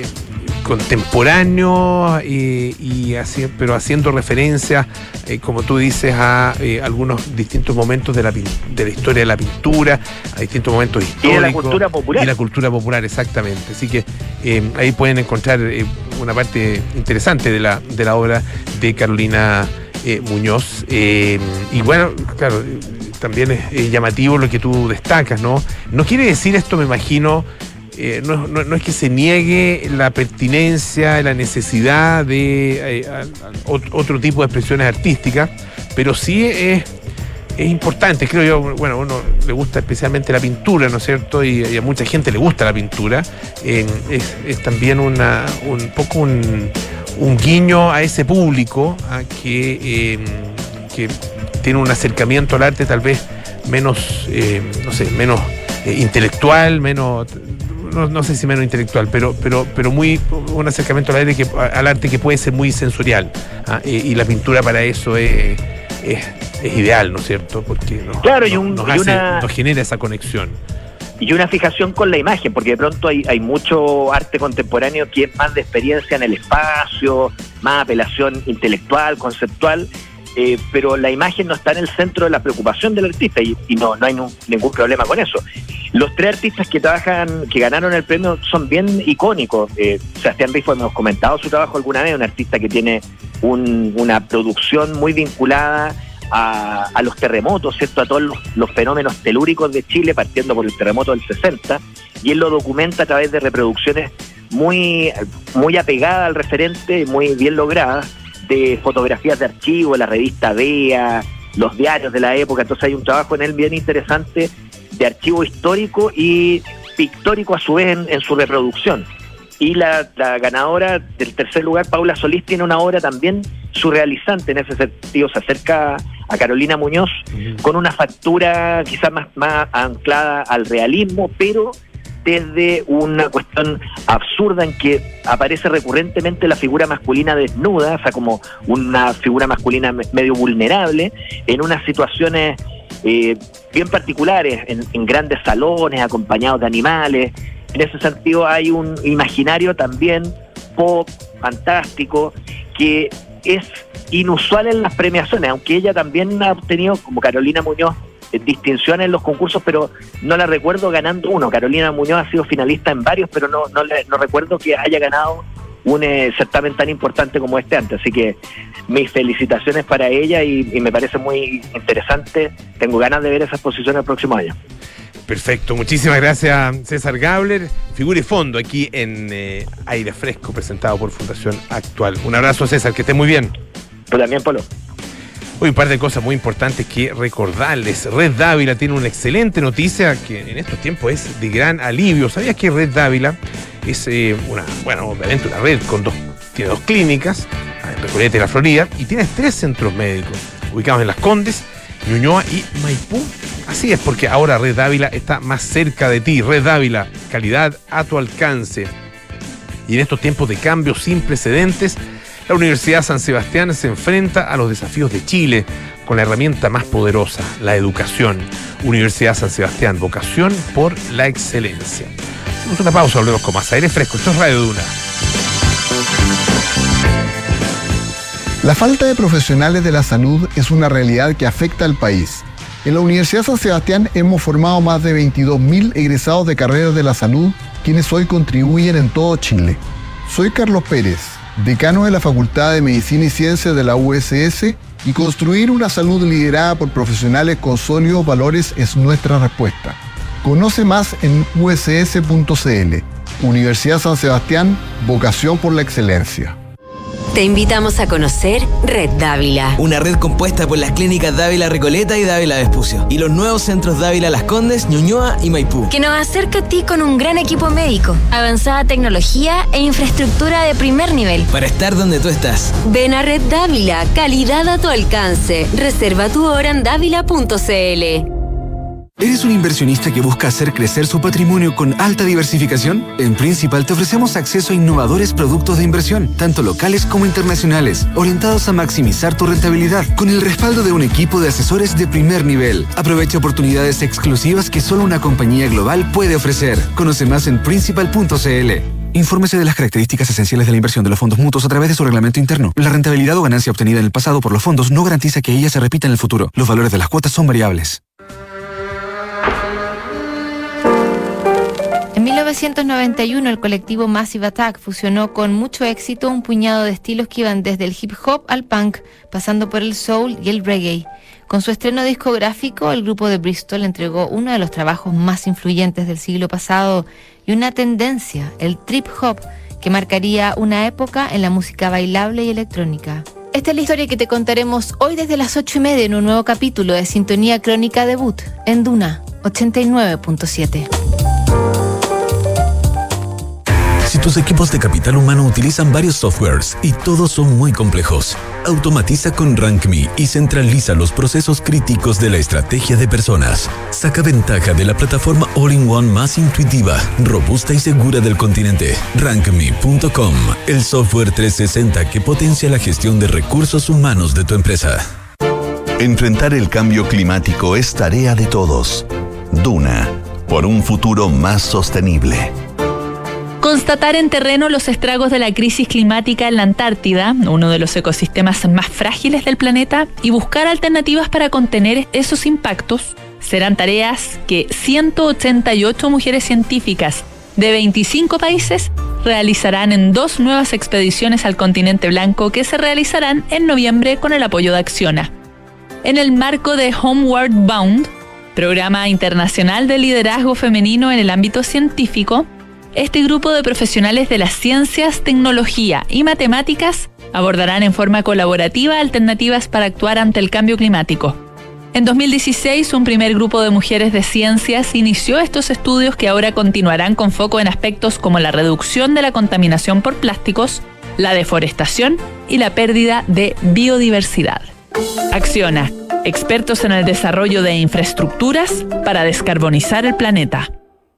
[SPEAKER 2] contemporáneos y, y así, pero haciendo referencia, eh, como tú dices, a eh, algunos distintos momentos de la, de la historia de la pintura, a distintos momentos históricos.
[SPEAKER 4] Y de la cultura popular.
[SPEAKER 2] Y la cultura popular, exactamente. Así que eh, ahí pueden encontrar eh, una parte interesante de la, de la obra de Carolina eh, Muñoz. Eh, y bueno, claro, también es, es llamativo lo que tú destacas, ¿no? No quiere decir esto, me imagino, Eh, no, no, no es que se niegue la pertinencia, la necesidad de eh, a, a, otro tipo de expresiones artísticas, pero sí es, es importante, creo yo, bueno, a uno le gusta especialmente la pintura, ¿no es cierto? Y, y a mucha gente le gusta la pintura, eh, es, es también una, un poco un, un guiño a ese público a que, eh, que tiene un acercamiento al arte tal vez menos, eh, no sé, menos eh, intelectual, menos... No, no sé si menos intelectual, pero pero pero muy un acercamiento al arte que, al arte que puede ser muy sensorial, ¿ah? y, y la pintura para eso es, es, es ideal, ¿no es cierto? Porque nos,
[SPEAKER 4] claro, y un,
[SPEAKER 2] nos,
[SPEAKER 4] y
[SPEAKER 2] hace,
[SPEAKER 4] una,
[SPEAKER 2] nos genera esa conexión.
[SPEAKER 4] Y una fijación con la imagen, porque de pronto hay, hay mucho arte contemporáneo que es más de experiencia en el espacio, más apelación intelectual, conceptual, eh, pero la imagen no está en el centro de la preocupación del artista y, y no, no hay no, ningún problema con eso. Los tres artistas que trabajan, que ganaron el premio son bien icónicos. Eh, Sebastián Rifo, hemos comentado su trabajo alguna vez, un artista que tiene un, una producción muy vinculada a, a los terremotos, ¿cierto? A todos los, los fenómenos telúricos de Chile, partiendo por el terremoto del sesenta, y él lo documenta a través de reproducciones muy, muy apegadas al referente, muy bien logradas, de fotografías de archivo, la revista Bea, los diarios de la época. Entonces hay un trabajo en él bien interesante de archivo histórico y pictórico a su vez en, en su reproducción. Y la, la ganadora del tercer lugar, Paula Solís, tiene una obra también surrealizante en ese sentido, se acerca a Carolina Muñoz uh-huh. con una factura quizás más, más anclada al realismo, pero desde una cuestión absurda en que aparece recurrentemente la figura masculina desnuda, o sea, como una figura masculina medio vulnerable, en unas situaciones eh, bien particulares, en, en grandes salones, acompañados de animales. En ese sentido hay un imaginario también pop, fantástico, que es inusual en las premiaciones, aunque ella también ha obtenido, como Carolina Muñoz, eh, distinciones en los concursos, pero no la recuerdo ganando uno. Carolina Muñoz ha sido finalista en varios, pero no no, le, no recuerdo que haya ganado un eh, certamen tan importante como este antes. Así que mis felicitaciones para ella y, y me parece muy interesante. Tengo ganas de ver esa exposición el próximo año.
[SPEAKER 2] Perfecto, muchísimas gracias César Gabler, figura y fondo aquí en eh, Aire Fresco, presentado por Fundación Actual. Un abrazo César, que esté muy bien.
[SPEAKER 4] Tú también, Polo.
[SPEAKER 2] Hoy un par de cosas muy importantes que recordarles. Red Dávila tiene una excelente noticia que en estos tiempos es de gran alivio. ¿Sabías que Red Dávila es eh, una, bueno, obviamente una red con dos, tiene dos clínicas, en Recoleta y la Florida, y tiene tres centros médicos ubicados en Las Condes, Ñuñoa y Maipú? Así es, porque ahora Red Dávila está más cerca de ti. Red Dávila, calidad a tu alcance. Y en estos tiempos de cambios sin precedentes, la Universidad San Sebastián se enfrenta a los desafíos de Chile con la herramienta más poderosa, la educación. Universidad San Sebastián, vocación por la excelencia. Hacemos una pausa, volvemos con más Aire Fresco. Esto es Radio Duna.
[SPEAKER 5] La falta de profesionales de la salud es una realidad que afecta al país. En la Universidad San Sebastián hemos formado más de veintidós mil egresados de carreras de la salud, quienes hoy contribuyen en todo Chile. Soy Carlos Pérez, decano de la Facultad de Medicina y Ciencias de la U S S, y construir una salud liderada por profesionales con sólidos valores es nuestra respuesta. Conoce más en u s s punto c l. Universidad San Sebastián, vocación por la excelencia.
[SPEAKER 6] Te invitamos a conocer Red Dávila.
[SPEAKER 7] Una red compuesta por las clínicas Dávila Recoleta y Dávila Vespucio. Y los nuevos centros Dávila Las Condes, Ñuñoa y Maipú.
[SPEAKER 6] Que nos acerca a ti con un gran equipo médico, avanzada tecnología e infraestructura de primer nivel.
[SPEAKER 7] Para estar donde tú estás.
[SPEAKER 6] Ven a Red Dávila, calidad a tu alcance. Reserva tu hora en dávila punto c l.
[SPEAKER 8] ¿Eres un inversionista que busca hacer crecer su patrimonio con alta diversificación? En Principal te ofrecemos acceso a innovadores productos de inversión, tanto locales como internacionales, orientados a maximizar tu rentabilidad, con el respaldo de un equipo de asesores de primer nivel. Aprovecha oportunidades exclusivas que solo una compañía global puede ofrecer. Conoce más en principal punto c l. Infórmese de las características esenciales de la inversión de los fondos mutuos a través de su reglamento interno. La rentabilidad o ganancia obtenida en el pasado por los fondos no garantiza que ella se repita en el futuro. Los valores de las cuotas son variables.
[SPEAKER 9] En mil novecientos noventa y uno, el colectivo Massive Attack fusionó con mucho éxito un puñado de estilos que iban desde el hip hop al punk, pasando por el soul y el reggae. Con su estreno discográfico, el grupo de Bristol entregó uno de los trabajos más influyentes del siglo pasado y una tendencia, el trip hop, que marcaría una época en la música bailable y electrónica. Esta es la historia que te contaremos hoy desde las ocho y media en un nuevo capítulo de Sintonía Crónica Debut en Duna ochenta y nueve punto siete.
[SPEAKER 10] Si tus equipos de capital humano utilizan varios softwares y todos son muy complejos, automatiza con RankMe y centraliza los procesos críticos de la estrategia de personas. Saca ventaja de la plataforma all-in-one más intuitiva, robusta y segura del continente. rank me punto com, el software trescientos sesenta que potencia la gestión de recursos humanos de tu empresa.
[SPEAKER 1] Enfrentar el cambio climático es tarea de todos. Duna, por un futuro más sostenible.
[SPEAKER 11] Constatar en terreno los estragos de la crisis climática en la Antártida, uno de los ecosistemas más frágiles del planeta, y buscar alternativas para contener esos impactos serán tareas que ciento ochenta y ocho mujeres científicas de veinticinco países realizarán en dos nuevas expediciones al continente blanco que se realizarán en noviembre con el apoyo de Acciona. En el marco de Homeward Bound, programa internacional de liderazgo femenino en el ámbito científico, este grupo de profesionales de las ciencias, tecnología y matemáticas abordarán en forma colaborativa alternativas para actuar ante el cambio climático. En dos mil dieciséis, un primer grupo de mujeres de ciencias inició estos estudios que ahora continuarán con foco en aspectos como la reducción de la contaminación por plásticos, la deforestación y la pérdida de biodiversidad. Acciona, expertos en el desarrollo de infraestructuras para descarbonizar el planeta.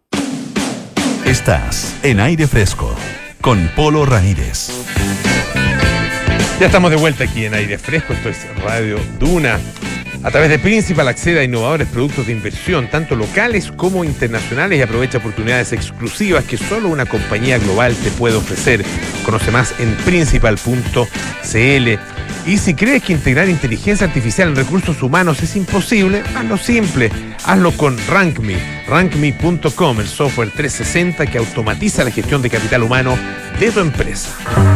[SPEAKER 1] Estás en Aire Fresco con Polo Ramírez.
[SPEAKER 2] Ya estamos de vuelta aquí en Aire Fresco, esto es Radio Duna. A través de Principal accede a innovadores productos de inversión, tanto locales como internacionales, y aprovecha oportunidades exclusivas que solo una compañía global te puede ofrecer. Conoce más en principal punto c l. Y si crees que integrar inteligencia artificial en recursos humanos es imposible, hazlo simple. Hazlo con RankMe. RankMe punto com, el software trescientos sesenta que automatiza la gestión de capital humano de tu empresa.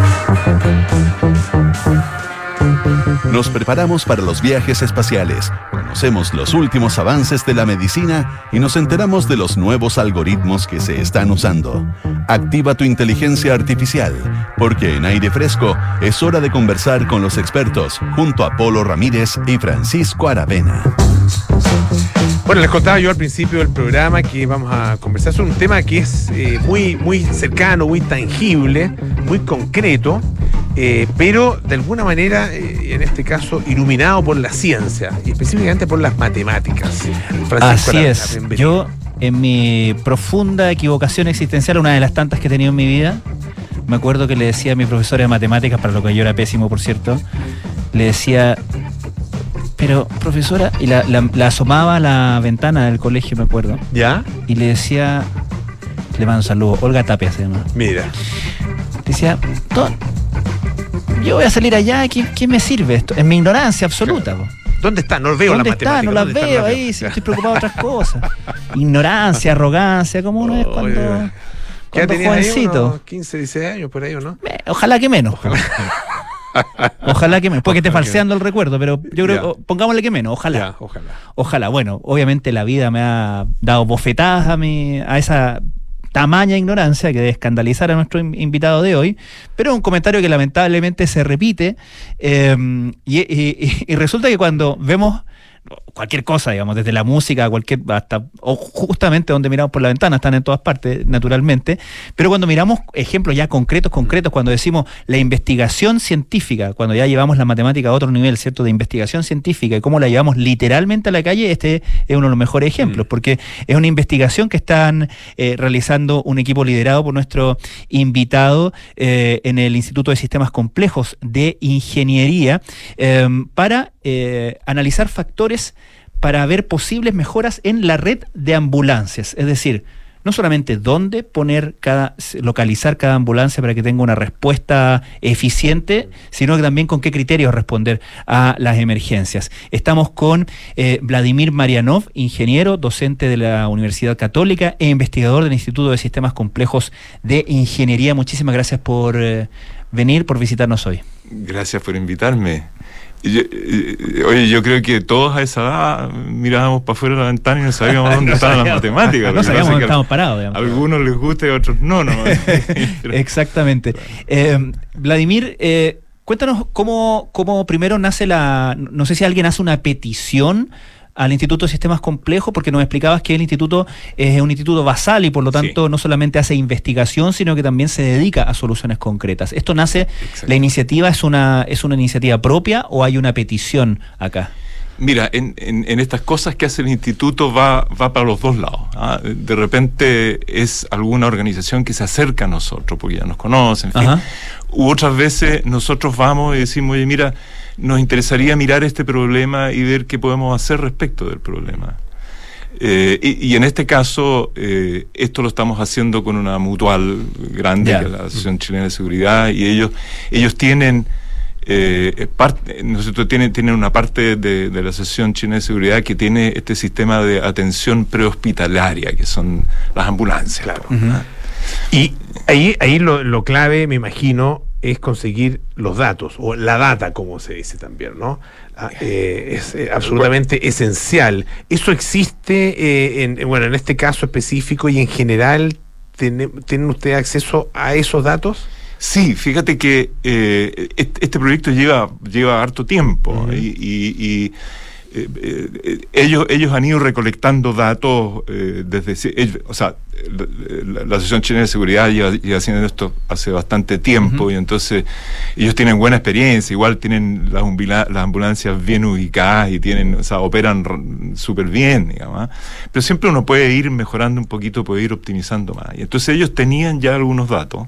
[SPEAKER 1] Nos preparamos para los viajes espaciales, conocemos los últimos avances de la medicina y nos enteramos de los nuevos algoritmos que se están usando. Activa tu inteligencia artificial, porque en Aire Fresco es hora de conversar con los expertos junto a Polo Ramírez y Francisco Aravena.
[SPEAKER 2] Bueno, les contaba yo al principio del programa que vamos a conversar sobre un tema que es eh, muy, muy cercano, muy tangible, muy concreto, eh, pero de alguna manera, eh, en este caso, iluminado por la ciencia y específicamente por las matemáticas.
[SPEAKER 12] Francisco, así la, es. La yo, en mi profunda equivocación existencial, una de las tantas que he tenido en mi vida, me acuerdo que le decía a mi profesora de matemáticas, para lo que yo era pésimo, por cierto, le decía... Pero, profesora, y la, la, la asomaba a la ventana del colegio, me acuerdo.
[SPEAKER 2] ¿Ya?
[SPEAKER 12] Y le decía, le mando un saludo, Olga Tapia se llama.
[SPEAKER 2] Mira.
[SPEAKER 12] Decía, yo voy a salir allá, ¿qué, qué me sirve esto? En mi ignorancia absoluta.
[SPEAKER 2] Claro. ¿Dónde está? No veo las matemáticas.
[SPEAKER 12] ¿Dónde está? No las veo no ahí, si estoy preocupado de otras cosas. Ignorancia, arrogancia, como uno oh, es cuando,
[SPEAKER 2] cuando
[SPEAKER 12] jovencito.
[SPEAKER 2] Ahí quince, dieciséis años por ahí, ¿o no?
[SPEAKER 12] Eh, ojalá que menos. Ojalá. Ojalá que menos, porque esté falseando el recuerdo, pero yo creo, yeah. pongámosle que menos, ojalá.
[SPEAKER 2] Yeah, ojalá.
[SPEAKER 12] Ojalá. Bueno, obviamente la vida me ha dado bofetadas a mi, a esa tamaña ignorancia que debe escandalizar a nuestro invitado de hoy, pero un comentario que lamentablemente se repite, eh, y, y, y resulta que cuando vemos cualquier cosa, digamos, desde la música, cualquier, hasta, o justamente donde miramos por la ventana, están en todas partes, naturalmente, pero cuando miramos ejemplos ya concretos, concretos, cuando decimos la investigación científica, cuando ya llevamos la matemática a otro nivel, ¿cierto?, de investigación científica y cómo la llevamos literalmente a la calle, este es uno de los mejores ejemplos, mm. porque es una investigación que están eh, realizando un equipo liderado por nuestro invitado eh, en el Instituto de Sistemas Complejos de Ingeniería, eh, para eh, analizar factores para ver posibles mejoras en la red de ambulancias, es decir, no solamente dónde poner cada, localizar cada ambulancia para que tenga una respuesta eficiente, sino que también con qué criterios responder a las emergencias. Estamos con eh, Vladimir Marianov, ingeniero, docente de la Universidad Católica e investigador del Instituto de Sistemas Complejos de Ingeniería. Muchísimas gracias por eh, venir, por visitarnos hoy.
[SPEAKER 13] Gracias por invitarme. Yo, eh, oye, yo creo que todos a esa edad mirábamos para afuera de la ventana y no sabíamos dónde no estaban sabíamos. las matemáticas.
[SPEAKER 12] No sabíamos dónde estábamos parados. Digamos.
[SPEAKER 13] A algunos les gusta y a otros no. no.
[SPEAKER 12] Exactamente. Eh, Vladimir, eh, cuéntanos cómo, cómo primero nace la... No sé si alguien hace una petición al Instituto de Sistemas Complejos, porque nos explicabas que el instituto es un instituto basal y por lo tanto sí. no solamente hace investigación, sino que también se dedica a soluciones concretas. ¿Esto nace, Exacto. la iniciativa es una, es una iniciativa propia o hay una petición acá?
[SPEAKER 13] Mira, en, en, en estas cosas que hace el instituto va, va para los dos lados. ¿ah? De repente es alguna organización que se acerca a nosotros, porque ya nos conocen, en fin. Ajá. U otras veces nosotros vamos y decimos, oye, mira, nos interesaría mirar este problema y ver qué podemos hacer respecto del problema. Eh, y, y en este caso, eh, esto lo estamos haciendo con una mutual grande, yeah. que es la Asociación Chilena de Seguridad, y ellos, ellos tienen... Eh, parte, nosotros tienen, tienen una parte de, de la Asociación Chilena de Seguridad que tiene este sistema de atención prehospitalaria, que son las ambulancias.
[SPEAKER 2] Claro. Uh-huh. Y ahí, ahí lo, lo clave, me imagino, es conseguir los datos, o la data, como se dice también, ¿no? Ah, eh, es eh, absolutamente bueno. esencial. ¿Eso existe, eh, en, bueno, en este caso específico y en general, ¿tienen, ¿tienen ustedes acceso a esos datos?
[SPEAKER 13] Sí, fíjate que eh, este proyecto lleva lleva harto tiempo uh-huh. y, y, y eh, eh, ellos ellos han ido recolectando datos eh, desde ellos, o sea la, la Asociación Chilena de Seguridad lleva, lleva haciendo esto hace bastante tiempo uh-huh. y entonces ellos tienen buena experiencia, igual tienen las, umbila, las ambulancias bien ubicadas y tienen, o sea, operan súper bien, digamos, ¿eh? Pero siempre uno puede ir mejorando un poquito, puede ir optimizando más. Y entonces ellos tenían ya algunos datos.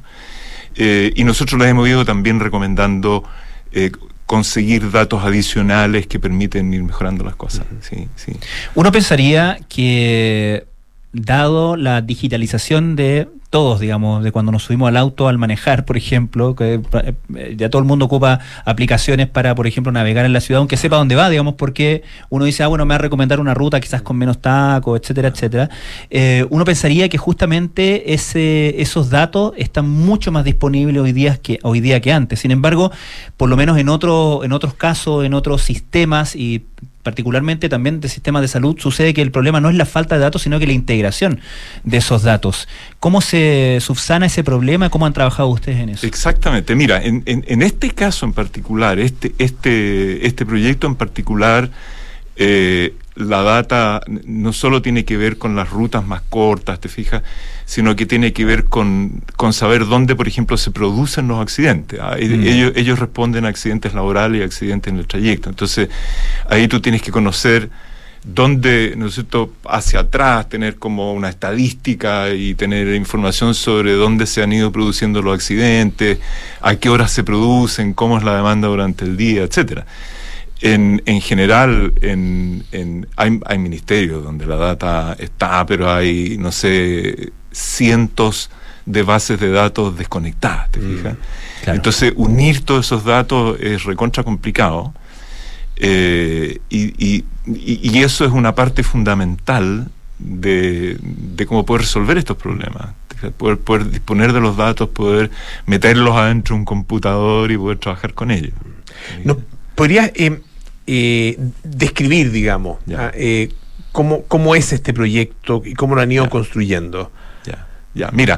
[SPEAKER 13] Eh, y nosotros les hemos ido también recomendando eh, conseguir datos adicionales que permiten ir mejorando las cosas. Uh-huh. Sí, sí.
[SPEAKER 12] Uno pensaría que, dado la digitalización de todos, digamos, de cuando nos subimos al auto al manejar, por ejemplo, que eh, ya todo el mundo ocupa aplicaciones para, por ejemplo, navegar en la ciudad, aunque sepa dónde va, digamos, porque uno dice, ah, bueno, me va a recomendar una ruta quizás con menos tacos, etcétera, etcétera. Eh, uno pensaría que justamente ese, esos datos están mucho más disponibles hoy día que hoy día que antes. Sin embargo, por lo menos en otro, en otros casos, en otros sistemas y particularmente también de sistemas de salud, sucede que el problema no es la falta de datos, sino que la integración de esos datos. ¿Cómo se subsana ese problema? ¿Cómo han trabajado ustedes en eso?
[SPEAKER 13] Exactamente. Mira, en, en, en este caso en particular, este, este, este proyecto en particular, eh, la data no solo tiene que ver con las rutas más cortas, ¿te fijas?, sino que tiene que ver con, con saber dónde, por ejemplo, se producen los accidentes. ¿Ah? Mm. Ellos, ellos responden a accidentes laborales y accidentes en el trayecto. Entonces, ahí tú tienes que conocer dónde, ¿no es cierto?, hacia atrás, tener como una estadística y tener información sobre dónde se han ido produciendo los accidentes, a qué horas se producen, cómo es la demanda durante el día, etcétera. En, en general, en, en, hay, hay ministerios donde la data está, pero hay, no sé, cientos de bases de datos desconectadas, ¿te fijas? Mm, claro. Entonces, unir todos esos datos es recontra complicado, eh, y, y, y eso es una parte fundamental de, de cómo poder resolver estos problemas. Poder, poder disponer de los datos, poder meterlos adentro de un computador y poder trabajar con ellos.
[SPEAKER 2] No, ¿podrías eh, eh, describir, digamos, ah, eh, cómo, cómo es este proyecto y cómo lo han ido ya. construyendo?
[SPEAKER 13] Ya, ya. Mira,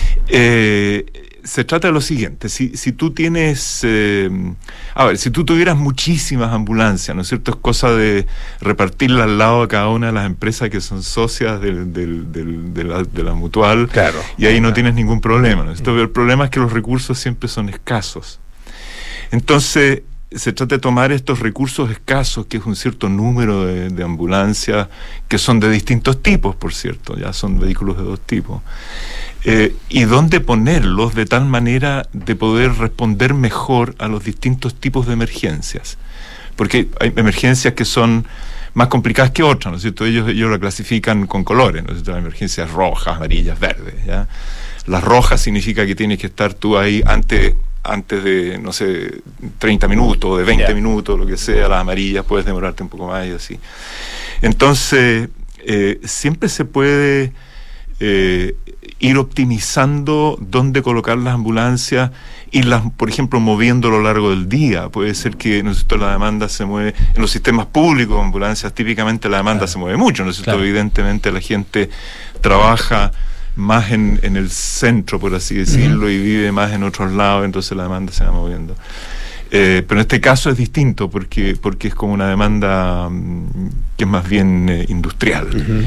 [SPEAKER 13] eh, se trata de lo siguiente: si, si tú tienes, eh, a ver, si tú tuvieras muchísimas ambulancias, ¿no es cierto? Es cosa de repartirlas al lado de cada una de las empresas que son socias del, del, del, de, la, de la mutual,
[SPEAKER 2] claro,
[SPEAKER 13] y ahí no
[SPEAKER 2] claro.
[SPEAKER 13] tienes ningún problema, ¿no es cierto? Pero el problema es que los recursos siempre son escasos. Entonces, se trata de tomar estos recursos escasos, que es un cierto número de, de ambulancias, que son de distintos tipos, por cierto, ya son vehículos de dos tipos, eh, y dónde ponerlos de tal manera de poder responder mejor a los distintos tipos de emergencias. Porque hay emergencias que son más complicadas que otras, ¿no es cierto? Ellos, ellos la clasifican con colores, ¿no es cierto? Hay emergencias rojas, amarillas, verdes, ¿ya? Las rojas significa que tienes que estar tú ahí antes... antes de, no sé, treinta minutos, de veinte yeah. minutos, lo que sea. Las amarillas puedes demorarte un poco más y así. Entonces, eh, siempre se puede eh, ir optimizando dónde colocar las ambulancias, irlas, por ejemplo, moviendo a lo largo del día. Puede ser que, ¿no es cierto?, la demanda se mueve, en los sistemas públicos de ambulancias, típicamente la demanda claro. se mueve mucho, ¿no es cierto? Claro. Evidentemente la gente trabaja más en, en el centro, por así decirlo, uh-huh. y vive más en otros lados, entonces la demanda se va moviendo. Eh, pero en este caso es distinto, porque porque es como una demanda um, que es más bien eh, industrial. Uh-huh.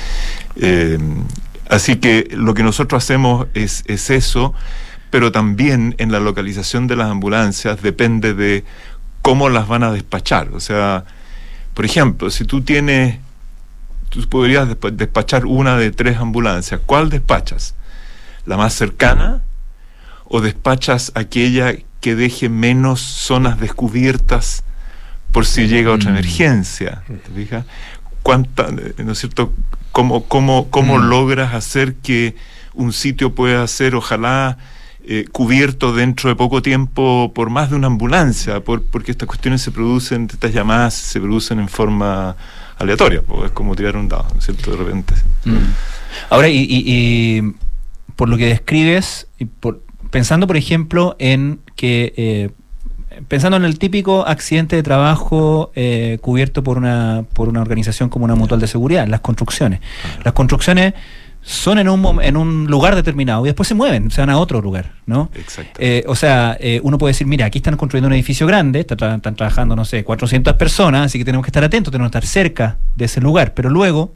[SPEAKER 13] Eh, así que lo que nosotros hacemos es, es eso, pero también en la localización de las ambulancias depende de cómo las van a despachar. O sea, por ejemplo, si tú tienes... tú podrías despachar una de tres ambulancias. ¿Cuál despachas? ¿La más cercana? ¿O despachas aquella que deje menos zonas descubiertas por si llega otra emergencia? ¿Te fijas? ¿Cuánta, ¿no es cierto? ¿Cómo, cómo, cómo mm. logras hacer que un sitio pueda ser, ojalá, eh, cubierto dentro de poco tiempo por más de una ambulancia? Por, porque estas cuestiones se producen, estas llamadas se producen en forma aleatoria, pues es como tirar un dado, ¿no es cierto?, de repente.
[SPEAKER 12] Mm. Ahora, y, y, y por lo que describes, y por, pensando, por ejemplo, en que, eh, pensando en el típico accidente de trabajo eh, cubierto por una, por una organización como una mutual de seguridad, las construcciones. Ah. Las construcciones son en un en un lugar determinado y después se mueven, se van a otro lugar, ¿no?
[SPEAKER 13] Exacto.
[SPEAKER 12] Eh, o sea, eh, uno puede decir, mira, aquí están construyendo un edificio grande, está tra- están trabajando, no sé, cuatrocientas personas, así que tenemos que estar atentos, tenemos que estar cerca de ese lugar, pero luego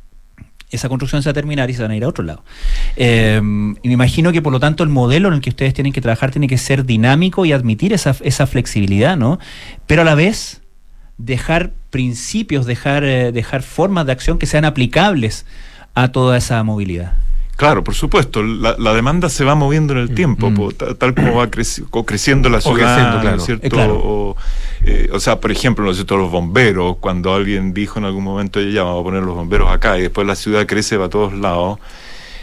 [SPEAKER 12] esa construcción se va a terminar y se van a ir a otro lado. Eh, y me imagino que por lo tanto el modelo en el que ustedes tienen que trabajar tiene que ser dinámico y admitir esa, esa flexibilidad, ¿no? Pero a la vez dejar principios, dejar, eh, dejar formas de acción que sean aplicables a toda esa movilidad.
[SPEAKER 13] Claro, por supuesto, la, la demanda se va moviendo en el tiempo, mm. po, tal, tal como va creci- creciendo la ciudad, creciendo, claro. ¿no es cierto? Eh, claro. O, eh, o sea, por ejemplo, ¿no es cierto?, los bomberos, cuando alguien dijo en algún momento, ya vamos a poner los bomberos acá, y después la ciudad crece para todos lados,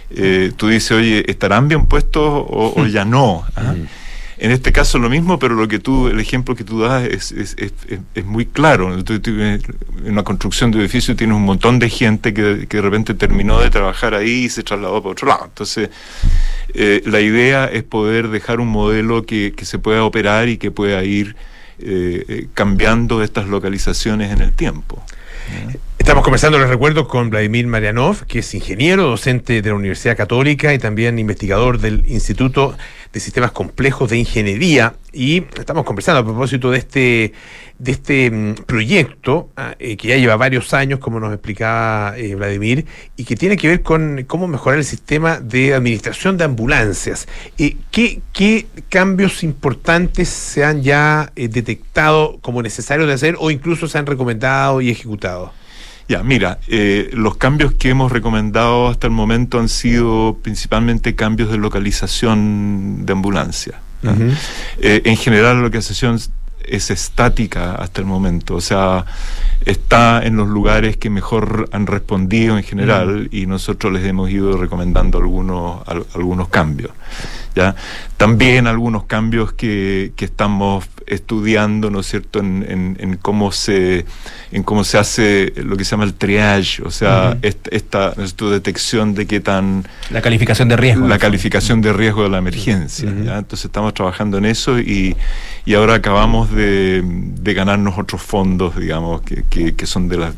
[SPEAKER 13] eh, tú dices, oye, ¿estarán bien puestos o, o ya no? ¿Ah? Mm. En este caso lo mismo, pero lo que tú, el ejemplo que tú das es, es, es, es muy claro. Tú, tú, en una construcción de edificio tienes un montón de gente que, que de repente terminó de trabajar ahí y se trasladó para otro lado. Entonces, eh, la idea es poder dejar un modelo que, que se pueda operar y que pueda ir eh, cambiando estas localizaciones en el tiempo. ¿Sí?
[SPEAKER 2] Estamos conversando, les recuerdo, con Vladimir Marianov, que es ingeniero, docente de la Universidad Católica y también investigador del Instituto de Sistemas Complejos de Ingeniería. Y estamos conversando a propósito de este, de este um, proyecto eh, que ya lleva varios años, como nos explicaba eh, Vladimir, y que tiene que ver con cómo mejorar el sistema de administración de ambulancias. Eh, ¿qué, ¿Qué cambios importantes se han ya eh, detectado como necesarios de hacer o incluso se han recomendado y ejecutado?
[SPEAKER 13] Ya, mira, eh, los cambios que hemos recomendado hasta el momento han sido principalmente cambios de localización de ambulancia. Uh-huh. eh, en general la localización es estática hasta el momento, o sea, está en los lugares que mejor han respondido en general, uh-huh. y nosotros les hemos ido recomendando algunos, al, algunos cambios. ¿Ya? También algunos cambios que, que estamos estudiando, ¿no es cierto?, en, en, en cómo se en cómo se hace lo que se llama el triage, o sea, uh-huh. esta, esta, esta detección de qué tan...
[SPEAKER 12] La calificación de riesgo.
[SPEAKER 13] La calificación de riesgo de la emergencia. Uh-huh. ¿Ya? Entonces estamos trabajando en eso y, y ahora acabamos de, de ganarnos otros fondos, digamos, que, que, que son de las...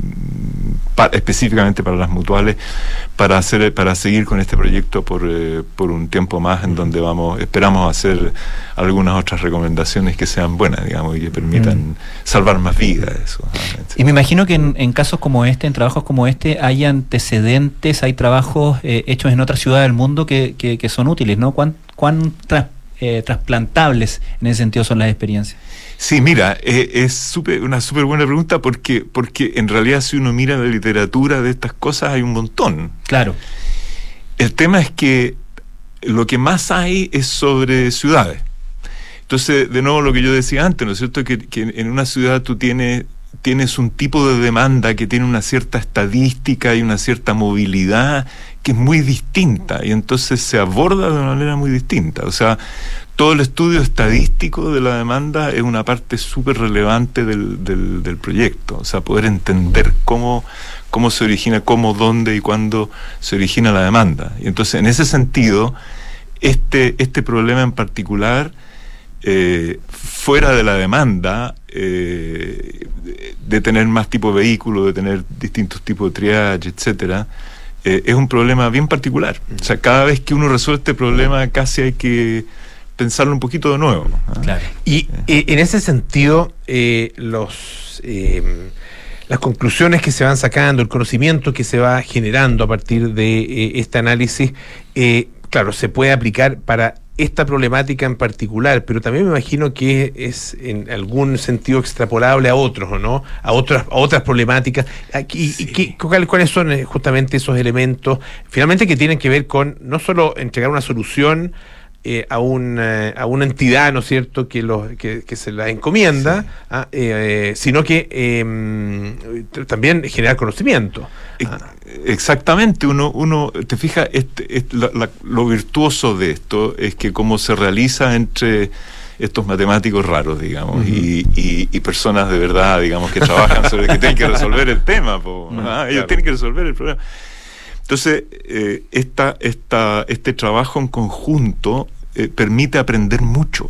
[SPEAKER 13] Pa, específicamente para las mutuales, para hacer para seguir con este proyecto por, eh, por un tiempo más, en donde vamos esperamos hacer algunas otras recomendaciones que sean buenas, digamos, y que permitan mm. salvar más vidas. Eso,
[SPEAKER 12] y me imagino que en, en casos como este, en trabajos como este, hay antecedentes, hay trabajos eh, hechos en otras ciudades del mundo que, que, que son útiles, ¿no? ¿Cuán, cuán tras, eh, trasplantables en ese sentido son las experiencias?
[SPEAKER 13] Sí, mira, eh, es super, una súper buena pregunta porque, porque en realidad si uno mira la literatura de estas cosas hay un montón.
[SPEAKER 12] Claro.
[SPEAKER 13] El tema es que lo que más hay es sobre ciudades. Entonces, de nuevo lo que yo decía antes, ¿no es cierto? Que, que en una ciudad tú tienes, tienes un tipo de demanda que tiene una cierta estadística y una cierta movilidad que es muy distinta y entonces se aborda de una manera muy distinta. O sea, todo el estudio estadístico de la demanda es una parte súper relevante del, del, del proyecto. O sea, poder entender cómo, cómo se origina, cómo, dónde y cuándo se origina la demanda. Y entonces, en ese sentido, este, este problema en particular, eh, fuera de la demanda, eh, de tener más tipos de vehículos, de tener distintos tipos de triage, etcétera, eh, es un problema bien particular. O sea, cada vez que uno resuelve este problema, casi hay que pensarlo un poquito de nuevo. ¿Ah?
[SPEAKER 2] Claro. Y eh, en ese sentido, eh, los eh, las conclusiones que se van sacando, el conocimiento que se va generando a partir de eh, este análisis, eh, claro, se puede aplicar para esta problemática en particular, pero también me imagino que es en algún sentido extrapolable a otros, ¿no? A otras, a otras problemáticas. ¿Y, sí. y qué, cuáles son justamente esos elementos, finalmente, que tienen que ver con no solo entregar una solución Eh, a, un, eh, a una entidad, ¿no es cierto?, que, lo, que, que se la encomienda, sí. ah, eh, sino que eh, también generar conocimiento.
[SPEAKER 13] Ah. Exactamente, uno, uno te fijas, este, este, la, la, lo virtuoso de esto es que como se realiza entre estos matemáticos raros, digamos, uh-huh. y, y, y personas de verdad, digamos, que trabajan sobre que tienen que resolver el tema, po, uh-huh, ¿ah? Ellos claro. tienen que resolver el problema. Entonces, eh, esta, esta, este trabajo en conjunto eh, permite aprender mucho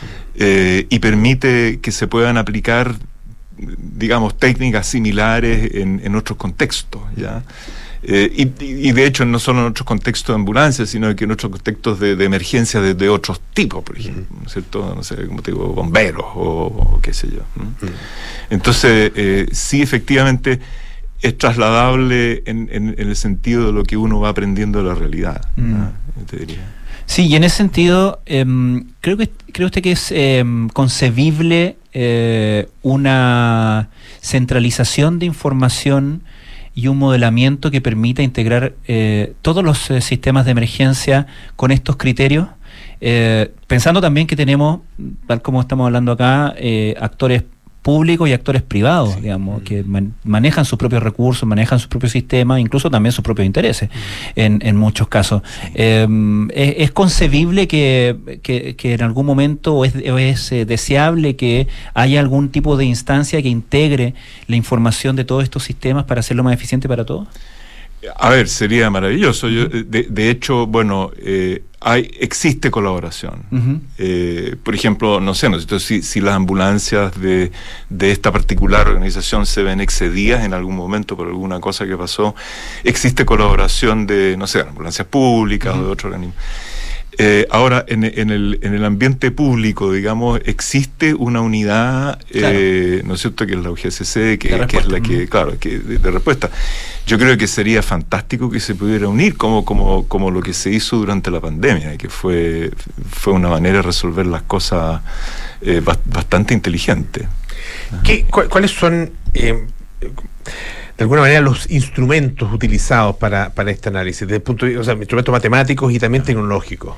[SPEAKER 13] eh, y permite que se puedan aplicar, digamos, técnicas similares en, en otros contextos, ¿ya? Eh, y, y de hecho no solo en otros contextos de ambulancia, sino que en otros contextos de, de emergencia de, de otros tipos, por ejemplo, ¿no es cierto? No sé, como te digo, bomberos o, o qué sé yo. ¿no? Entonces, eh, sí, efectivamente, es trasladable en, en, en el sentido de lo que uno va aprendiendo de la realidad. Mm. ¿no? Te diría.
[SPEAKER 12] Sí, y en ese sentido, eh, creo que cree usted que es eh, concebible eh, una centralización de información y un modelamiento que permita integrar eh, todos los eh, sistemas de emergencia con estos criterios, eh, pensando también que tenemos, tal como estamos hablando acá, eh, actores públicos y actores privados, sí. digamos, mm. que man, manejan sus propios recursos, manejan sus propios sistemas, incluso también sus propios intereses, mm. en, en muchos casos. Sí. Eh, es, es concebible que, que, que en algún momento, o es, o es eh, deseable que haya algún tipo de instancia que integre la información de todos estos sistemas para hacerlo más eficiente para todos.
[SPEAKER 13] A ver, sería maravilloso. Yo, de, de hecho, bueno, eh, hay existe colaboración. Uh-huh. Eh, por ejemplo, no sé, ¿no? si, si las ambulancias de, de esta particular organización se ven excedidas en algún momento por alguna cosa que pasó, existe colaboración de, no sé, ambulancias públicas uh-huh. o de otro organismo. Eh, ahora, en, en, el, en el ambiente público, digamos, existe una unidad, claro. eh, ¿no es cierto?, que es la U G C C, que, que es la que, claro, que de, de respuesta. Yo creo que sería fantástico que se pudiera unir, como, como, como lo que se hizo durante la pandemia, que fue, fue una manera de resolver las cosas eh, bastante inteligente.
[SPEAKER 2] ¿Qué, cu- ¿Cuáles son... Eh, de alguna manera los instrumentos utilizados para, para este análisis, desde el punto de, o sea, instrumentos matemáticos y también tecnológicos?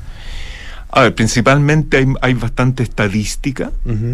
[SPEAKER 13] A ver, principalmente hay, hay bastante estadística, uh-huh.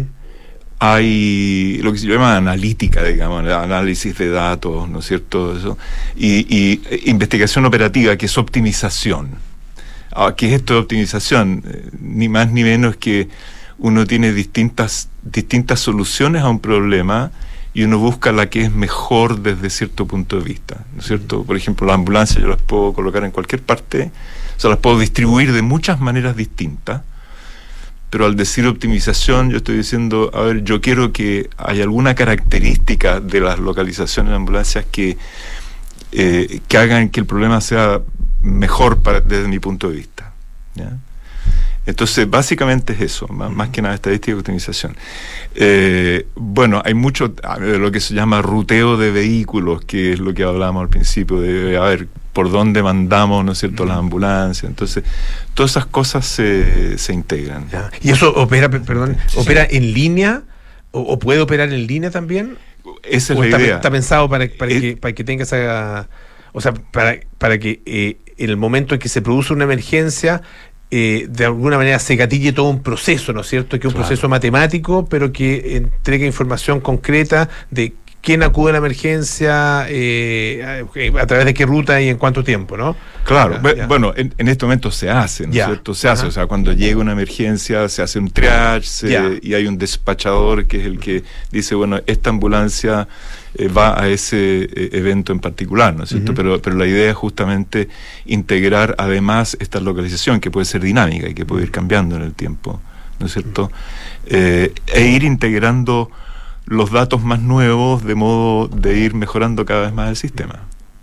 [SPEAKER 13] hay lo que se llama analítica, digamos, análisis de datos, ¿no es cierto? Eso, y, y investigación operativa, que es optimización. Ah, ¿qué es esto de optimización? Eh, ni más ni menos que uno tiene distintas, distintas soluciones a un problema y uno busca la que es mejor desde cierto punto de vista, ¿no es cierto? Por ejemplo, las ambulancias yo las puedo colocar en cualquier parte, o sea, las puedo distribuir de muchas maneras distintas, pero al decir optimización yo estoy diciendo, a ver, yo quiero que haya alguna característica de las localizaciones de ambulancias que, eh, que hagan que el problema sea mejor para, desde mi punto de vista, ¿ya? Entonces, básicamente es eso, más, más que nada estadística y optimización. Eh, bueno, hay mucho de lo que se llama ruteo de vehículos, que es lo que hablábamos al principio, de a ver por dónde mandamos, ¿no es cierto?, las ambulancias. Entonces, todas esas cosas se, se integran.
[SPEAKER 2] Ya. ¿Y eso opera, perdón, sí, opera sí. en línea? O, ¿O puede operar en línea también?
[SPEAKER 13] Esa es
[SPEAKER 2] ¿O
[SPEAKER 13] la
[SPEAKER 2] está,
[SPEAKER 13] idea.
[SPEAKER 2] está pensado para, para,
[SPEAKER 13] es,
[SPEAKER 2] que, para que tenga esa... O sea, para, para que eh, en el momento en que se produce una emergencia... Eh, de alguna manera se gatille todo un proceso, ¿no es cierto? Que es un claro. proceso matemático, pero que entrega información concreta de quién acude a la emergencia, eh, a, a través de qué ruta y en cuánto tiempo, ¿no?
[SPEAKER 13] Claro,
[SPEAKER 2] ya, ya.
[SPEAKER 13] bueno, en, en este momento se hace, ¿no es cierto? Se hace, Ajá. o sea, cuando llega una emergencia se hace un triage se, y hay un despachador que es el que dice, bueno, esta ambulancia eh, va a ese eh, evento en particular, ¿no es cierto? Uh-huh. Pero, pero la idea es justamente integrar además esta localización que puede ser dinámica y que puede ir cambiando en el tiempo, ¿no es cierto? Eh, e ir integrando los datos más nuevos de modo de ir mejorando cada vez más el sistema.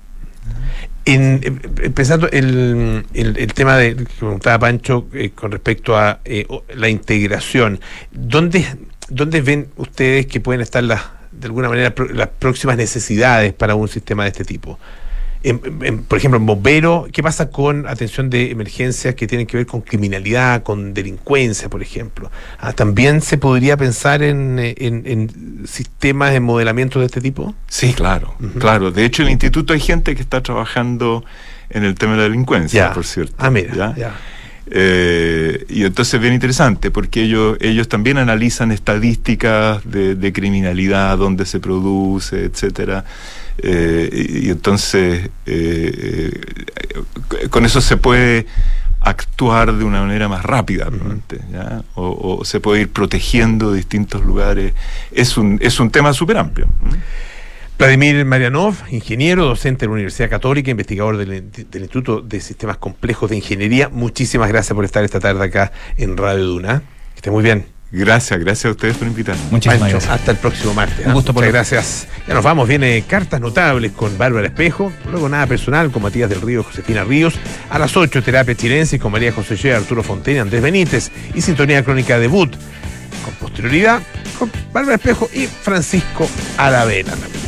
[SPEAKER 2] En, en, pensando el, el, el tema de que preguntaba Pancho eh, con respecto a eh, la integración, ¿dónde, ¿dónde ven ustedes que pueden estar las, de alguna manera, pro, las próximas necesidades para un sistema de este tipo? En, en, por ejemplo, en bomberos, ¿qué pasa con atención de emergencias que tienen que ver con criminalidad, con delincuencia, por ejemplo? Ah, ¿también se podría pensar en, en, en sistemas de modelamiento de este tipo?
[SPEAKER 13] Sí, claro, uh-huh. claro. De hecho, en el instituto hay gente que está trabajando en el tema de la delincuencia,
[SPEAKER 2] ya.
[SPEAKER 13] por cierto.
[SPEAKER 2] Ah, mira,
[SPEAKER 13] ¿ya?
[SPEAKER 2] ya.
[SPEAKER 13] Eh, y entonces es bien interesante porque ellos ellos también analizan estadísticas de, de criminalidad, dónde se produce, etcétera. Eh, y, y entonces eh, eh, con eso se puede actuar de una manera más rápida, uh-huh. ¿ya? O, o se puede ir protegiendo distintos lugares. Es un es un tema súper amplio. ¿Mm?
[SPEAKER 2] Vladimir Marianov, ingeniero, docente de la Universidad Católica, investigador del, del Instituto de Sistemas Complejos de Ingeniería. Muchísimas gracias por estar esta tarde acá en Radio Duna. Que esté muy bien.
[SPEAKER 13] Gracias, gracias a ustedes por invitarme.
[SPEAKER 2] Muchísimas Pancho, gracias. Hasta el próximo martes.
[SPEAKER 12] Un gusto.
[SPEAKER 2] Muchas gracias. Ya nos vamos. Viene Cartas Notables con Bárbara Espejo. Luego Nada Personal con Matías del Río, Josefina Ríos. A las ocho, Terapia Chilensis con María José Che, Arturo Fontaine, Andrés Benítez. Y Sintonía Crónica Debut con posterioridad con Bárbara Espejo y Francisco Aravena.